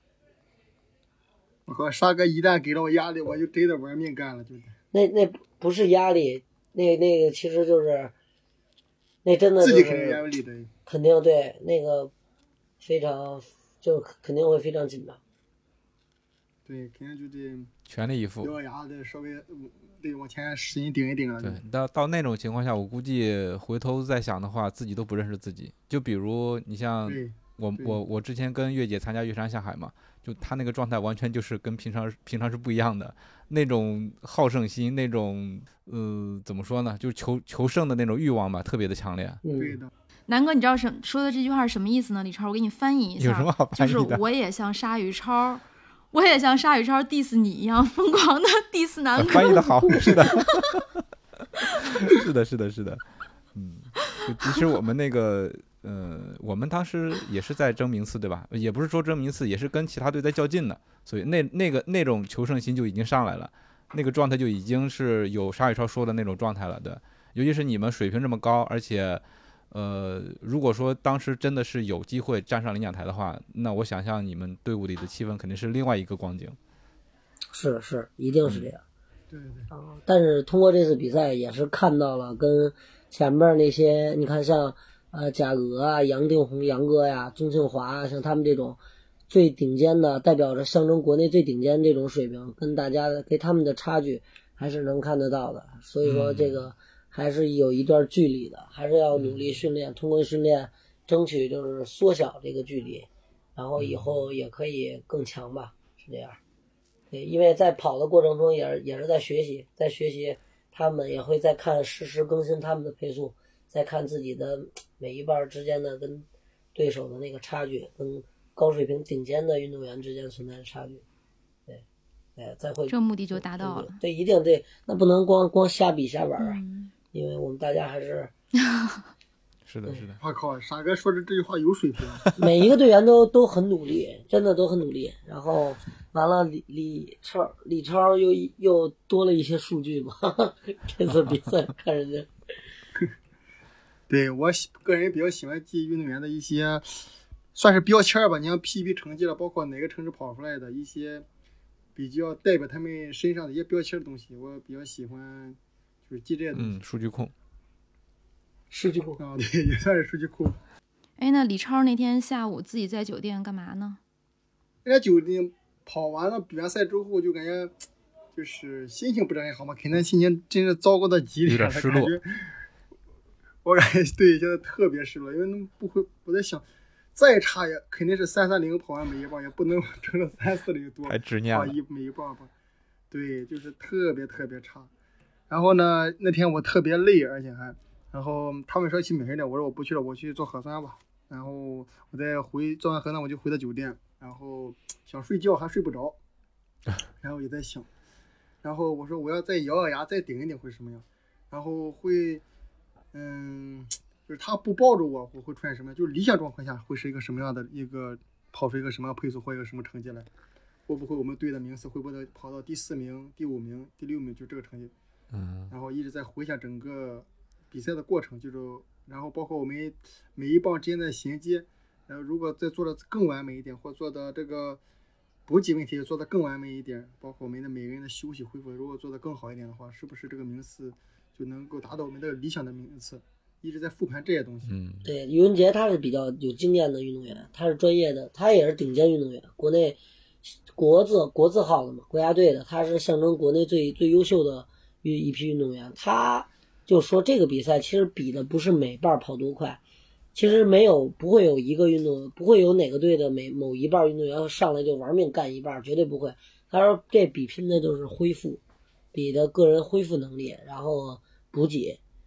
我和沙哥一旦给了我压力，我就真的玩命干了，就是那那不是压力，那那个其实就是那真的、就是、 自己肯定压力的， 肯定对那个非常就肯定会非常紧张。 对，肯定就得全力以赴， 咬牙的稍微得往前使劲顶一顶了。 对，到到那种情况下，我估计回头再想的话，自己都不认识自己。就比如你像我我我之前跟月姐参加岳山下海嘛，就她那个状态完全就是跟平常平常是不一样的，那种好胜心，那种呃怎么说呢，就是求求胜的那种欲望吧，特别的强烈。 对的。 南哥，你知道什说的这句话是什么意思呢？李超，我给你翻译一下。 有什么好翻译的？ 就是我也像鲨鱼超。我也像鲨鱼超 diss 你一样疯狂的 diss 南哥。 翻译的好，是的，是的，是的，是的，嗯，其实我们那个，呃，我们当时也是在争名次，对吧？也不是说争名次，也是跟其他队在较劲的，所以那那个那种求胜心就已经上来了，那个状态就已经是有鲨鱼超说的那种状态了的。尤其是你们水平这么高，而且。呃，如果说当时真的是有机会站上领奖台的话，那我想象你们队伍里的气氛肯定是另外一个光景。 是是，一定是这样。 对对对。 啊，但是通过这次比赛也是看到了跟前面那些，你看像呃贾俄啊、杨定宏、杨哥呀、宗庆华啊，像他们这种最顶尖的，代表着象征国内最顶尖这种水平，跟大家的给他们的差距还是能看得到的。所以说这个。嗯还是有一段距离的，还是要努力训练，通过训练争取就是缩小这个距离，然后以后也可以更强吧，是这样。对，因为在跑的过程中也是也是在学习，在学习，他们也会在看实时更新他们的配速，在看自己的每一半之间的跟对手的那个差距，跟高水平顶尖的运动员之间存在的差距。对，哎，再会， 这目的就达到了。 对，一定对，那不能光光瞎比瞎玩啊。嗯，因为我们大家还是是的，是的。 我靠，傻哥说的这句话有水平。 每一个队员都都很努力，真的都很努力。然后完了，李李超李超又又多了一些数据嘛，这次比赛看人家。 对，我个人比较喜欢记运动员的一些，算是标签吧。你像 P B 成绩了，包括哪个城市跑出来的一些比较代表他们身上的一些标签的东西，我比较喜欢。就是记这些东西。 嗯，数据库， 数据库啊，对，也算是数据库。 哎，那李超那天下午自己在酒店干嘛呢？ 在酒店跑完了比完赛之后，就感觉就是心情不是很好嘛，肯定心情真是糟糕到极点了， 有点失落。 我感觉对，现在特别失落，因为不会，我在想，再差也肯定是三三零跑完每一棒，也不能成了三四零多， 还执念了， 一每一棒棒，对，就是特别特别差。然后呢，那天我特别累，而且还，然后他们说去美食店，我说我不去了，我去做核酸吧。然后我再回做完核酸，我就回到酒店，然后想睡觉还睡不着，然后也在想，然后我说我要再咬咬牙再顶一顶会什么样，然后会，嗯，就是他不抱着我，我会出现什么样？就是理想状况下会是一个什么样的一个跑出一个什么样配速或一个什么成绩来？会不会我们队的名次会不会跑到第四名、第五名、第六名，就这个成绩？ 嗯， 然后一直在回想整个比赛的过程，就是然后包括我们每一棒之间的衔接，然后如果再做的更完美一点，或做的这个补给问题做的更完美一点，包括我们的每个人的休息恢复，如果做的更好一点的话，是不是这个名次就能够达到我们的理想的名次？一直在复盘这些东西。 嗯， 对，于文杰他是比较有经验的运动员，他是专业的，他也是顶尖运动员，国内国字国字号的嘛，国家队的，他是象征国内最最优秀的一批运动员。他就说这个比赛其实比的不是每半跑多快，其实没有不会有一个运动不会有哪个队的每某一半运动员上来就玩命干一半，绝对不会。他说这比拼的就是恢复，比的个人恢复能力，然后补给，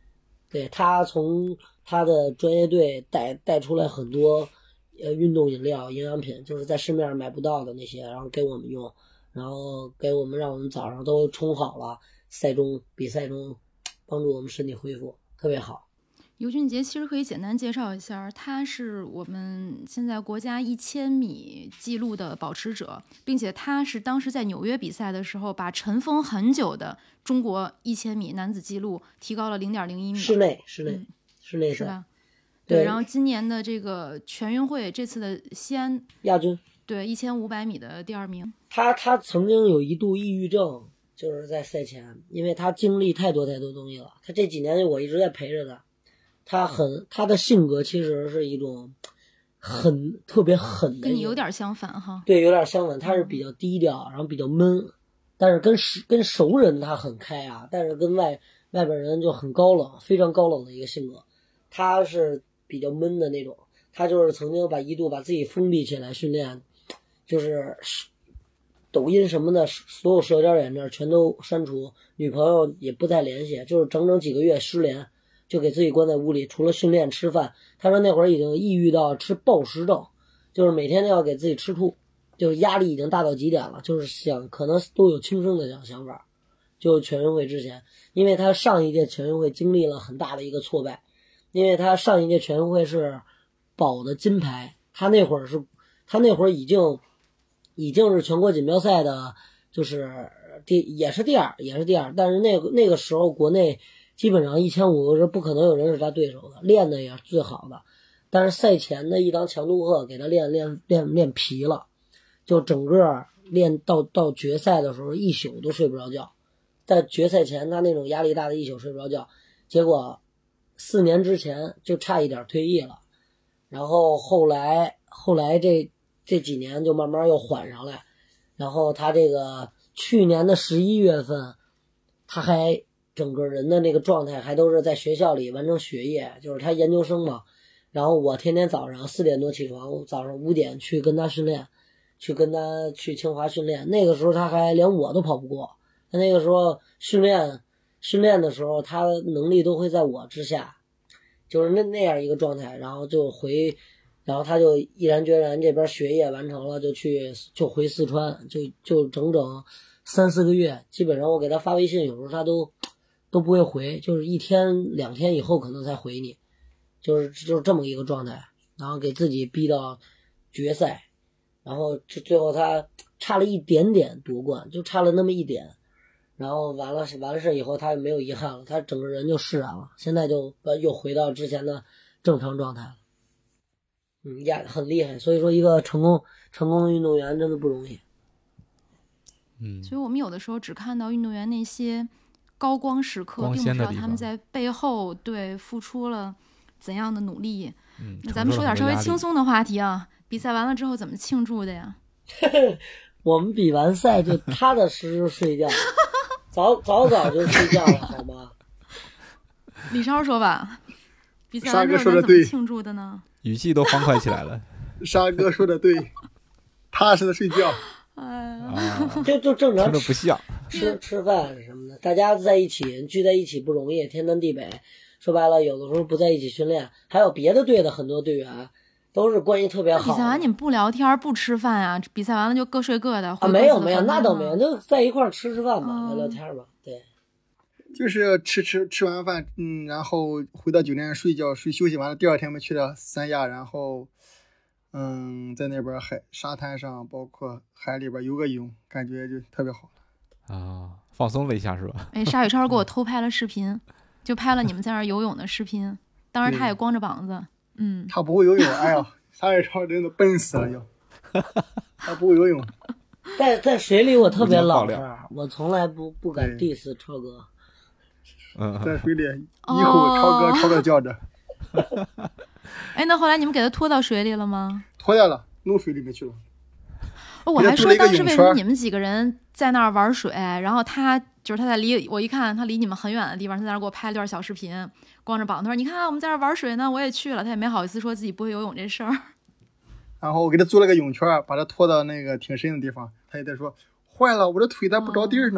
对，他从他的专业队带带出来很多呃运动饮料、营养品，就是在市面上买不到的那些，然后给我们用，然后给我们让我们早上都冲好了，赛中比赛中帮助我们身体恢复，特别好。 尤俊杰其实可以简单介绍一下，他是我们现在国家一千米纪录的保持者，并且他是当时在纽约比赛的时候，把尘封很久的中国一千米男子纪录提高了零点零一米。 室内，室内， 嗯、 室内是吧？ 对。 然后今年的这个全运会，这次的西安亚军， 对一千五百米的第二名。 他他曾经有一度抑郁症，就是在赛前，因为他经历太多太多东西了。他这几年我一直在陪着他。他很，他的性格其实是一种很特别狠的， 跟你有点相反哈。 对，有点相反。他是比较低调，然后比较闷，但是跟跟熟人他很开啊，但是跟外外边人就很高冷，非常高冷的一个性格。他是比较闷的那种，他就是曾经把一度把自己封闭起来训练，就是抖音什么的所有社交软件全都删除，女朋友也不再联系，就是整整几个月失联。就给自己关在屋里，除了训练吃饭，他说那会儿已经抑郁到吃暴食症，就是每天都要给自己吃吐，就是压力已经大到极点了，就是想可能都有轻生的想想法。就全运会之前，因为他上一届全运会经历了很大的一个挫败，因为他上一届全运会是保的金牌，他那会儿是他那会儿已经已经是全国锦标赛的，就是第也是第二也是第二，但是那个那个时候国内基本上一千五是不可能有人是他对手的，练的也是最好的，但是赛前的一堂强度课给他练练练练疲了，就整个练到到决赛的时候一宿都睡不着觉，在决赛前他那种压力大的一宿睡不着觉，结果四年之前就差一点退役了，然后后来后来这这几年就慢慢又缓上来，然后他这个去年的十一月份他还整个人的那个状态还都是在学校里完成学业，就是他研究生嘛。然后我天天早上四点多起床，早上五点去跟他训练，去跟他去清华训练。那个时候他还连我都跑不过，他那个时候训练训练的时候，他能力都会在我之下，就是那那样一个状态。然后就回，然后他就毅然决然这边学业完成了，就去就回四川，就就整整三四个月，基本上我给他发微信，有时候他都。都不会回，就是一天两天以后可能才回你，就是就是这么一个状态，然后给自己逼到决赛，然后就最后他差了一点点夺冠，就差了那么一点，然后完了完了事以后他也没有遗憾了，他整个人就释然了，现在就又回到之前的正常状态了。嗯，呀，很厉害，所以说一个成功成功的运动员真的不容易。 嗯， 所以我们有的时候只看到运动员那些高光时刻，并不知道他们在背后对付出了怎样的努力。 嗯， 那咱们说点稍微轻松的话题啊，比赛完了之后怎么庆祝的呀？ 我们比完赛就踏踏实实睡觉，早早早就睡觉了，好吗？ 李超说吧，比赛完之后咱怎么庆祝的呢？ 语气都欢快起来了。 沙哥说的对，踏实的睡觉。 哎呀， 啊、 就就正常吃不像吃吃饭什么的，大家在一起聚在一起不容易，天南地北。说白了，有的时候不在一起训练，还有别的队的很多队员都是关系特别好。 比赛完你们不聊天不吃饭啊？比赛完了就各睡各的。 啊，没有没有，那倒没有，就在一块儿吃吃饭嘛，聊聊天嘛。对， 就是吃吃吃完饭，嗯，然后回到酒店睡觉，睡休息完了，第二天我们去了三亚，然后。嗯，在那边海沙滩上，包括海里边游个泳，感觉就特别好啊，放松了一下是吧？ 哎，沙宇超给我偷拍了视频，就拍了你们在那儿游泳的视频。当时他也光着膀子，嗯， 他不会游泳，哎呀，沙宇超真的笨死了要，他不会游泳， 在在水里我特别老实，我从来不不敢 diss 超哥。 嗯， 在水里一吼超哥，超哥叫着。 哎，那后来你们给他拖到水里了吗？ 拖掉了，弄水里面去了。 哦，我还说当时为什么你们几个人在那儿玩水，然后他就是他在离我一看他离你们很远的地方，他在那儿给我拍了段小视频，光着膀子，他说：“你看我们在这儿玩水呢，我也去了。”他也没好意思说自己不会游泳这事儿。 然后我给他做了个泳圈，把他拖到那个挺深的地方，他也在说：“坏了，我这腿咋不着地儿呢？”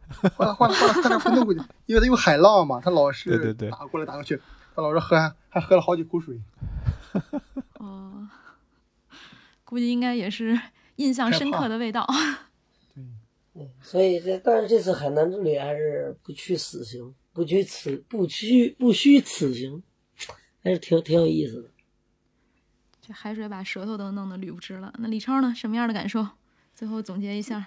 换了换了换了，快点滚动过去，因为他有海浪嘛，他老是对对对打过来打过去，他老是喝还还喝了好几口水。 哦，估计应该也是印象深刻的味道。 对，所以这但是这次海南之旅还是不去死刑，不拘此不虚不虚此行，还是挺挺有意思的。 这海水把舌头都弄得捋不直了。那李超呢？什么样的感受？最后总结一下。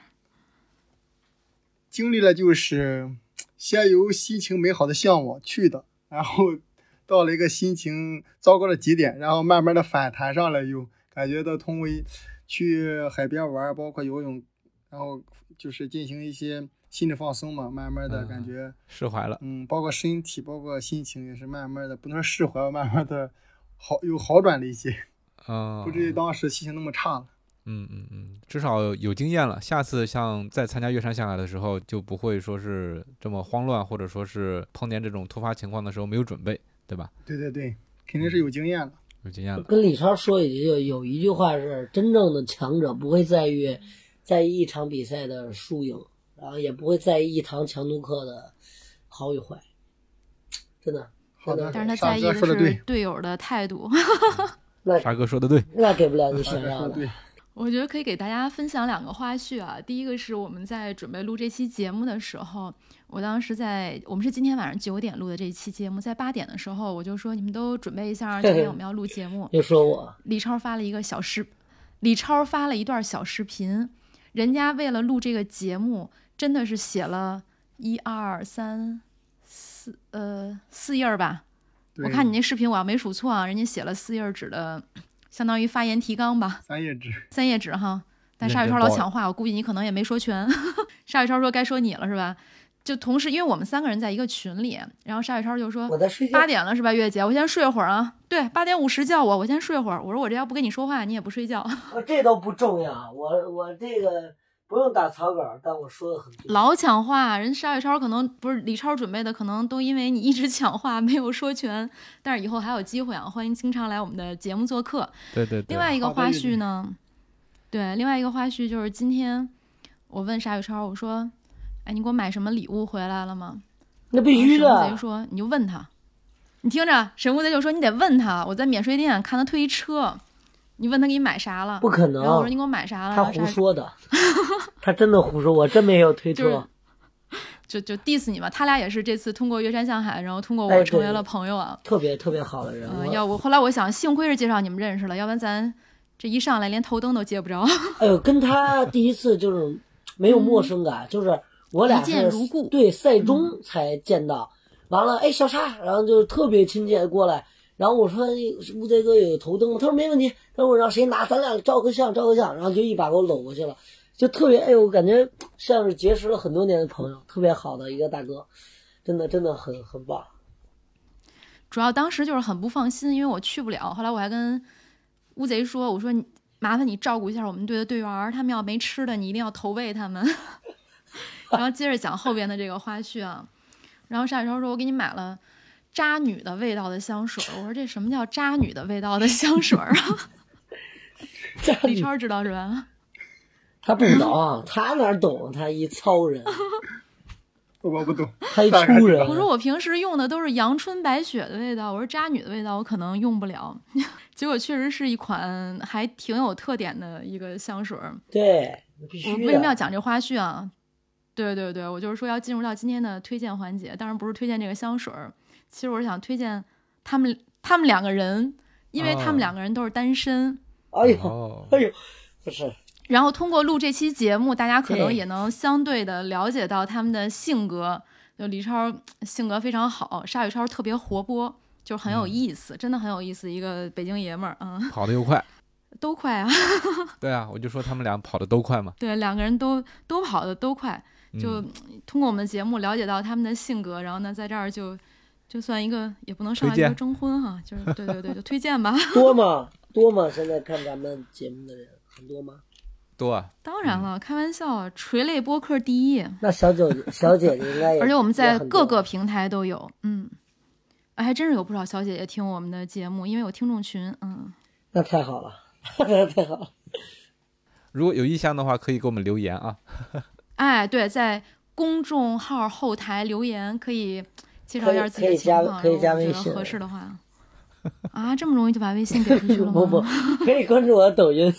经历了就是先由心情美好的向往去的，然后到了一个心情糟糕的极点，然后慢慢的反弹上来，又感觉到通过去海边玩，包括游泳，然后就是进行一些心理放松嘛，慢慢的感觉、 嗯、释怀了。 嗯，包括身体，包括心情也是慢慢的，不能说释怀，慢慢的好有好转了一些， 嗯， 不至于当时心情那么差了。 嗯嗯嗯，至少有经验了，下次像再参加越山下海的时候，就不会说是这么慌乱，或者说是碰见这种突发情况的时候没有准备，对吧？ 对对对，肯定是有经验了， 有经验了。 跟李超说一句，有有一句话是：真正的强者不会在意在意一场比赛的输赢，然后也不会在意一堂强度课的好与坏，真的。 好的， 但是他在意的是队友的态度。 那沙哥说的对， 那给不了你想要的。 我觉得可以给大家分享两个花絮啊。第一个是我们在准备录这期节目的时候，我当时在我们是今天晚上九点录的这一期节目，在八点的时候我就说你们都准备一下，今天我们要录节目。 别说我， 李超发了一个小视，李超发了一段小视频，人家为了录这个节目，真的是写了一二三四呃四页吧。我看你那视频，我要没数错啊，人家写了四页纸的。相当于发言提纲吧， 三页纸， 三页纸哈。但沙宇超老抢话，我估计你可能也没说全。沙宇超说该说你了是吧？就同时，因为我们三个人在一个群里，然后沙宇超就说：“ 我在睡觉， 八点了是吧，月姐？我先睡会儿啊。”对，八点五十叫我，我先睡会儿。我说我这要不跟你说话，你也不睡觉。 这都不重要，我我这个不用打草稿，但我说的很对。 老抢话，人沙宇超可能不是李超准备的，可能都因为你一直抢话没有说全。但是以后还有机会啊，欢迎经常来我们的节目做客。 对对对。 另外一个花絮呢，对，另外一个花絮就是今天我问沙宇超，我说：“哎，你给我买什么礼物回来了吗？” 那必须的。 沈乌贼说：“你就问他。”你听着，沈乌贼就说：“你得问他。”我在免税店看他推一车。你问他给你买啥了？ 不可能。 然后我说你给我买啥了？ 他胡说的，他真的胡说，我真没有推车。 就就 diss 你嘛，他俩也是这次通过越山向海，然后通过我成为了朋友啊， 哎、特别特别好的人。 嗯，要我后来我想，幸亏是介绍你们认识了，要不然咱这一上来连头灯都接不着。 哎呦，跟他第一次就是没有陌生感，嗯、就是我俩是一见如故， 对赛中才见到，嗯、完了哎小沙，然后就特别亲切过来。然后我说乌贼哥有头灯吗？他说没问题。他说我让谁拿，咱俩照个相，照个相。然后就一把给我搂过去了，就特别哎呦，感觉像是结识了很多年的朋友，特别好的一个大哥，真的真的很很棒。 主要当时就是很不放心，因为我去不了。后来我还跟乌贼说，我说麻烦你照顾一下我们队的队员，他们要没吃的，你一定要投喂他们。然后接着讲后边的这个花絮啊。然后沙宇超说，我给你买了渣女的味道的香水。我说这什么叫渣女的味道的香水啊？李超知道是吧？ 他不懂，他哪懂？他一糙人， 我不懂， 他一粗人。 我说我平时用的都是阳春白雪的味道，我说渣女的味道我可能用不了。结果确实是一款还挺有特点的一个香水。 对，必须的。 我为什么要讲这花絮啊？对对对，我就是说要进入到今天的推荐环节，当然不是推荐这个香水。其实我是想推荐他们他们两个人，因为他们两个人都是单身。 哦、哎呦，哎呦，不是。 然后通过录这期节目，大家可能也能相对的了解到他们的性格。就李超性格非常好，沙宇超特别活泼，就很有意思，嗯、真的很有意思，一个北京爷们儿，嗯， 跑得又快， 都快啊。对啊，我就说他们俩跑得都快嘛。 对，两个人都都跑得都快，就通过我们的节目了解到他们的性格，然后呢，在这儿就。就算一个也不能上来就征婚哈，就是对对对，就推荐吧。 多吗？多吗？现在看咱们节目的人很多吗？ 多啊！ 当然了，嗯、开玩笑啊，垂类播客第一。 那小九小姐姐应该也， 而且我们在各个平台都有，嗯，还真是有不少小姐姐听我们的节目，因为有听众群，嗯。 那太好了，那太好了。 如果有意向的话，可以给我们留言啊。 哎，对，在。 公众号后台留言，可以介绍一下自己的情况， 可以加微信， 合适的话。啊，这么容易就把微信给出去了吗？ 不不，可以关注我的抖音。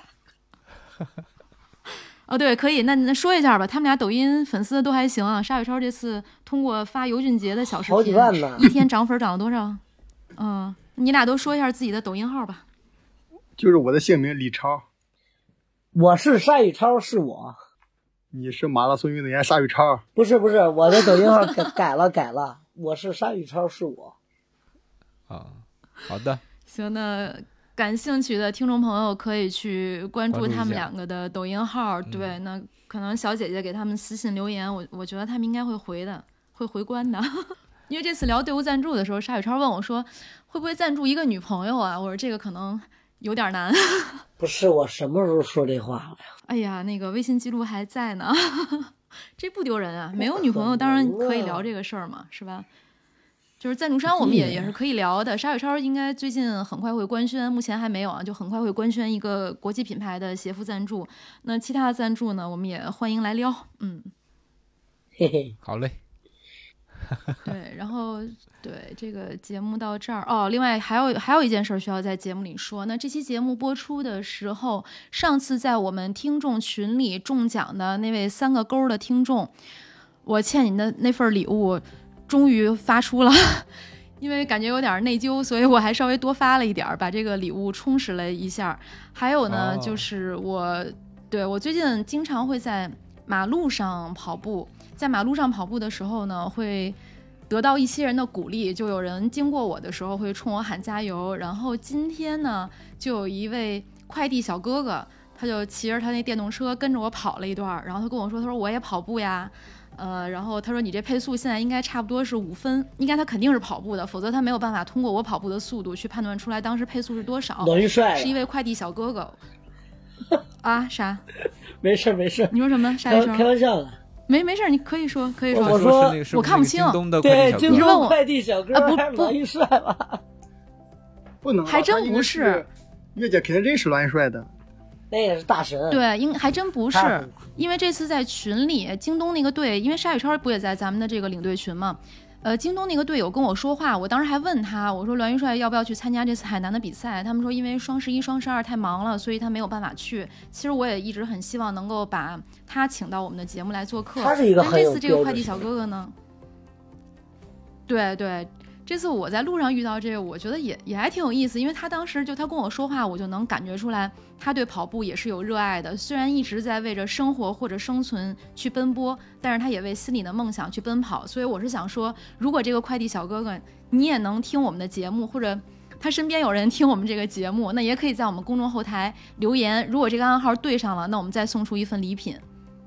哦，对，可以。那那说一下吧，他们俩抖音粉丝都还行啊。沙宇超这次通过发尤俊杰的小视频， 好几万呢， 一天涨粉涨了多少？嗯，你俩都说一下自己的抖音号吧。 就是我的姓名李超。 我是沙宇超，是我。 你是马拉松运动员沙宇超？ 不是不是，我的抖音号改改了改了，我是沙宇超，是我。 啊，好的。 行，那感兴趣的听众朋友可以去关注他们两个的抖音号。对， 嗯、 那可能小姐姐给他们私信留言，我我觉得他们应该会回的，会回关的。因为这次聊队伍赞助的时候，沙宇超问我说，会不会赞助一个女朋友啊？我说这个可能有点难。 不是，我什么时候说这话了呀？ 哎呀，那个微信记录还在呢。这不丢人啊，没有女朋友当然可以聊这个事儿嘛，是吧？就是赞助商我们也也是可以聊的。沙宇超应该最近很快会官宣，目前还没有啊，就很快会官宣一个国际品牌的鞋服赞助。那其他的赞助呢，我们也欢迎来撩。嗯， 嘿嘿， 好嘞。 对，然后对这个节目到这儿哦。另外还有还有一件事需要在节目里说，那这期节目播出的时候，上次在我们听众群里中奖的那位三个勾的听众，我欠你的那份礼物终于发出了。因为感觉有点内疚，所以我还稍微多发了一点，把这个礼物充实了一下。还有呢，哦、就是我对我最近经常会在马路上跑步，在马路上跑步的时候呢，会得到一些人的鼓励，就有人经过我的时候会冲我喊加油。然后今天呢，就有一位快递小哥哥，他就骑着他那电动车跟着我跑了一段，然后他跟我说，他说我也跑步呀。呃，然后他说你这配速现在应该差不多是五分，应该他肯定是跑步的，否则他没有办法通过我跑步的速度去判断出来当时配速是多少。 轮帅是一位快递小哥哥。啊？啥？ 没事没事。 你说什么？啥意思？ 开玩笑的。 没没事，你可以说可以说。 我说我看不清。 对， 你是问我快递小哥啊？不不， 栾玉帅吧？ 不能， 还真不是。 月姐肯定认识栾玉帅的。 那也是大神。 对，应还真不是，因为这次在群里，京东那个队，因为沙宇超不也在咱们的这个领队群嘛，呃，京东那个队友跟我说话，我当时还问他，我说栾玉帅要不要去参加这次海南的比赛？他们说因为双十一、双十二太忙了，所以他没有办法去。其实我也一直很希望能够把他请到我们的节目来做客。 他是一个很有但这次这个快递小哥哥呢，对对。这次我在路上遇到这个，我觉得也也还挺有意思，因为他当时就他跟我说话，我就能感觉出来他对跑步也是有热爱的。虽然一直在为着生活或者生存去奔波，但是他也为心里的梦想去奔跑。所以我是想说，如果这个快递小哥哥你也能听我们的节目，或者他身边有人听我们这个节目，那也可以在我们公众后台留言，如果这个暗号对上了，那我们再送出一份礼品。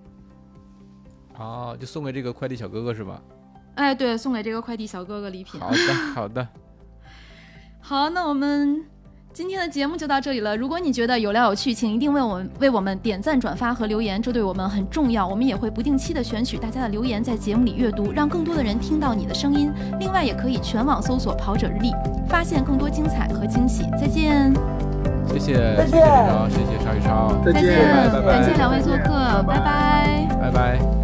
哦，就送给这个快递小哥哥是吧？ 哎，对，送给这个快递小哥哥礼品。 好的，好的。 好，那我们今天的节目就到这里了。如果你觉得有料有趣，请一定为我们为我们点赞、转发和留言，这对我们很重要。我们也会不定期的选取大家的留言，在节目里阅读，让更多的人听到你的声音。另外，也可以全网搜索“跑者日历”，发现更多精彩和惊喜。再见。 谢谢， 再见， 谢谢沙宇超， 再见， 感谢两位做客，拜拜， 拜拜。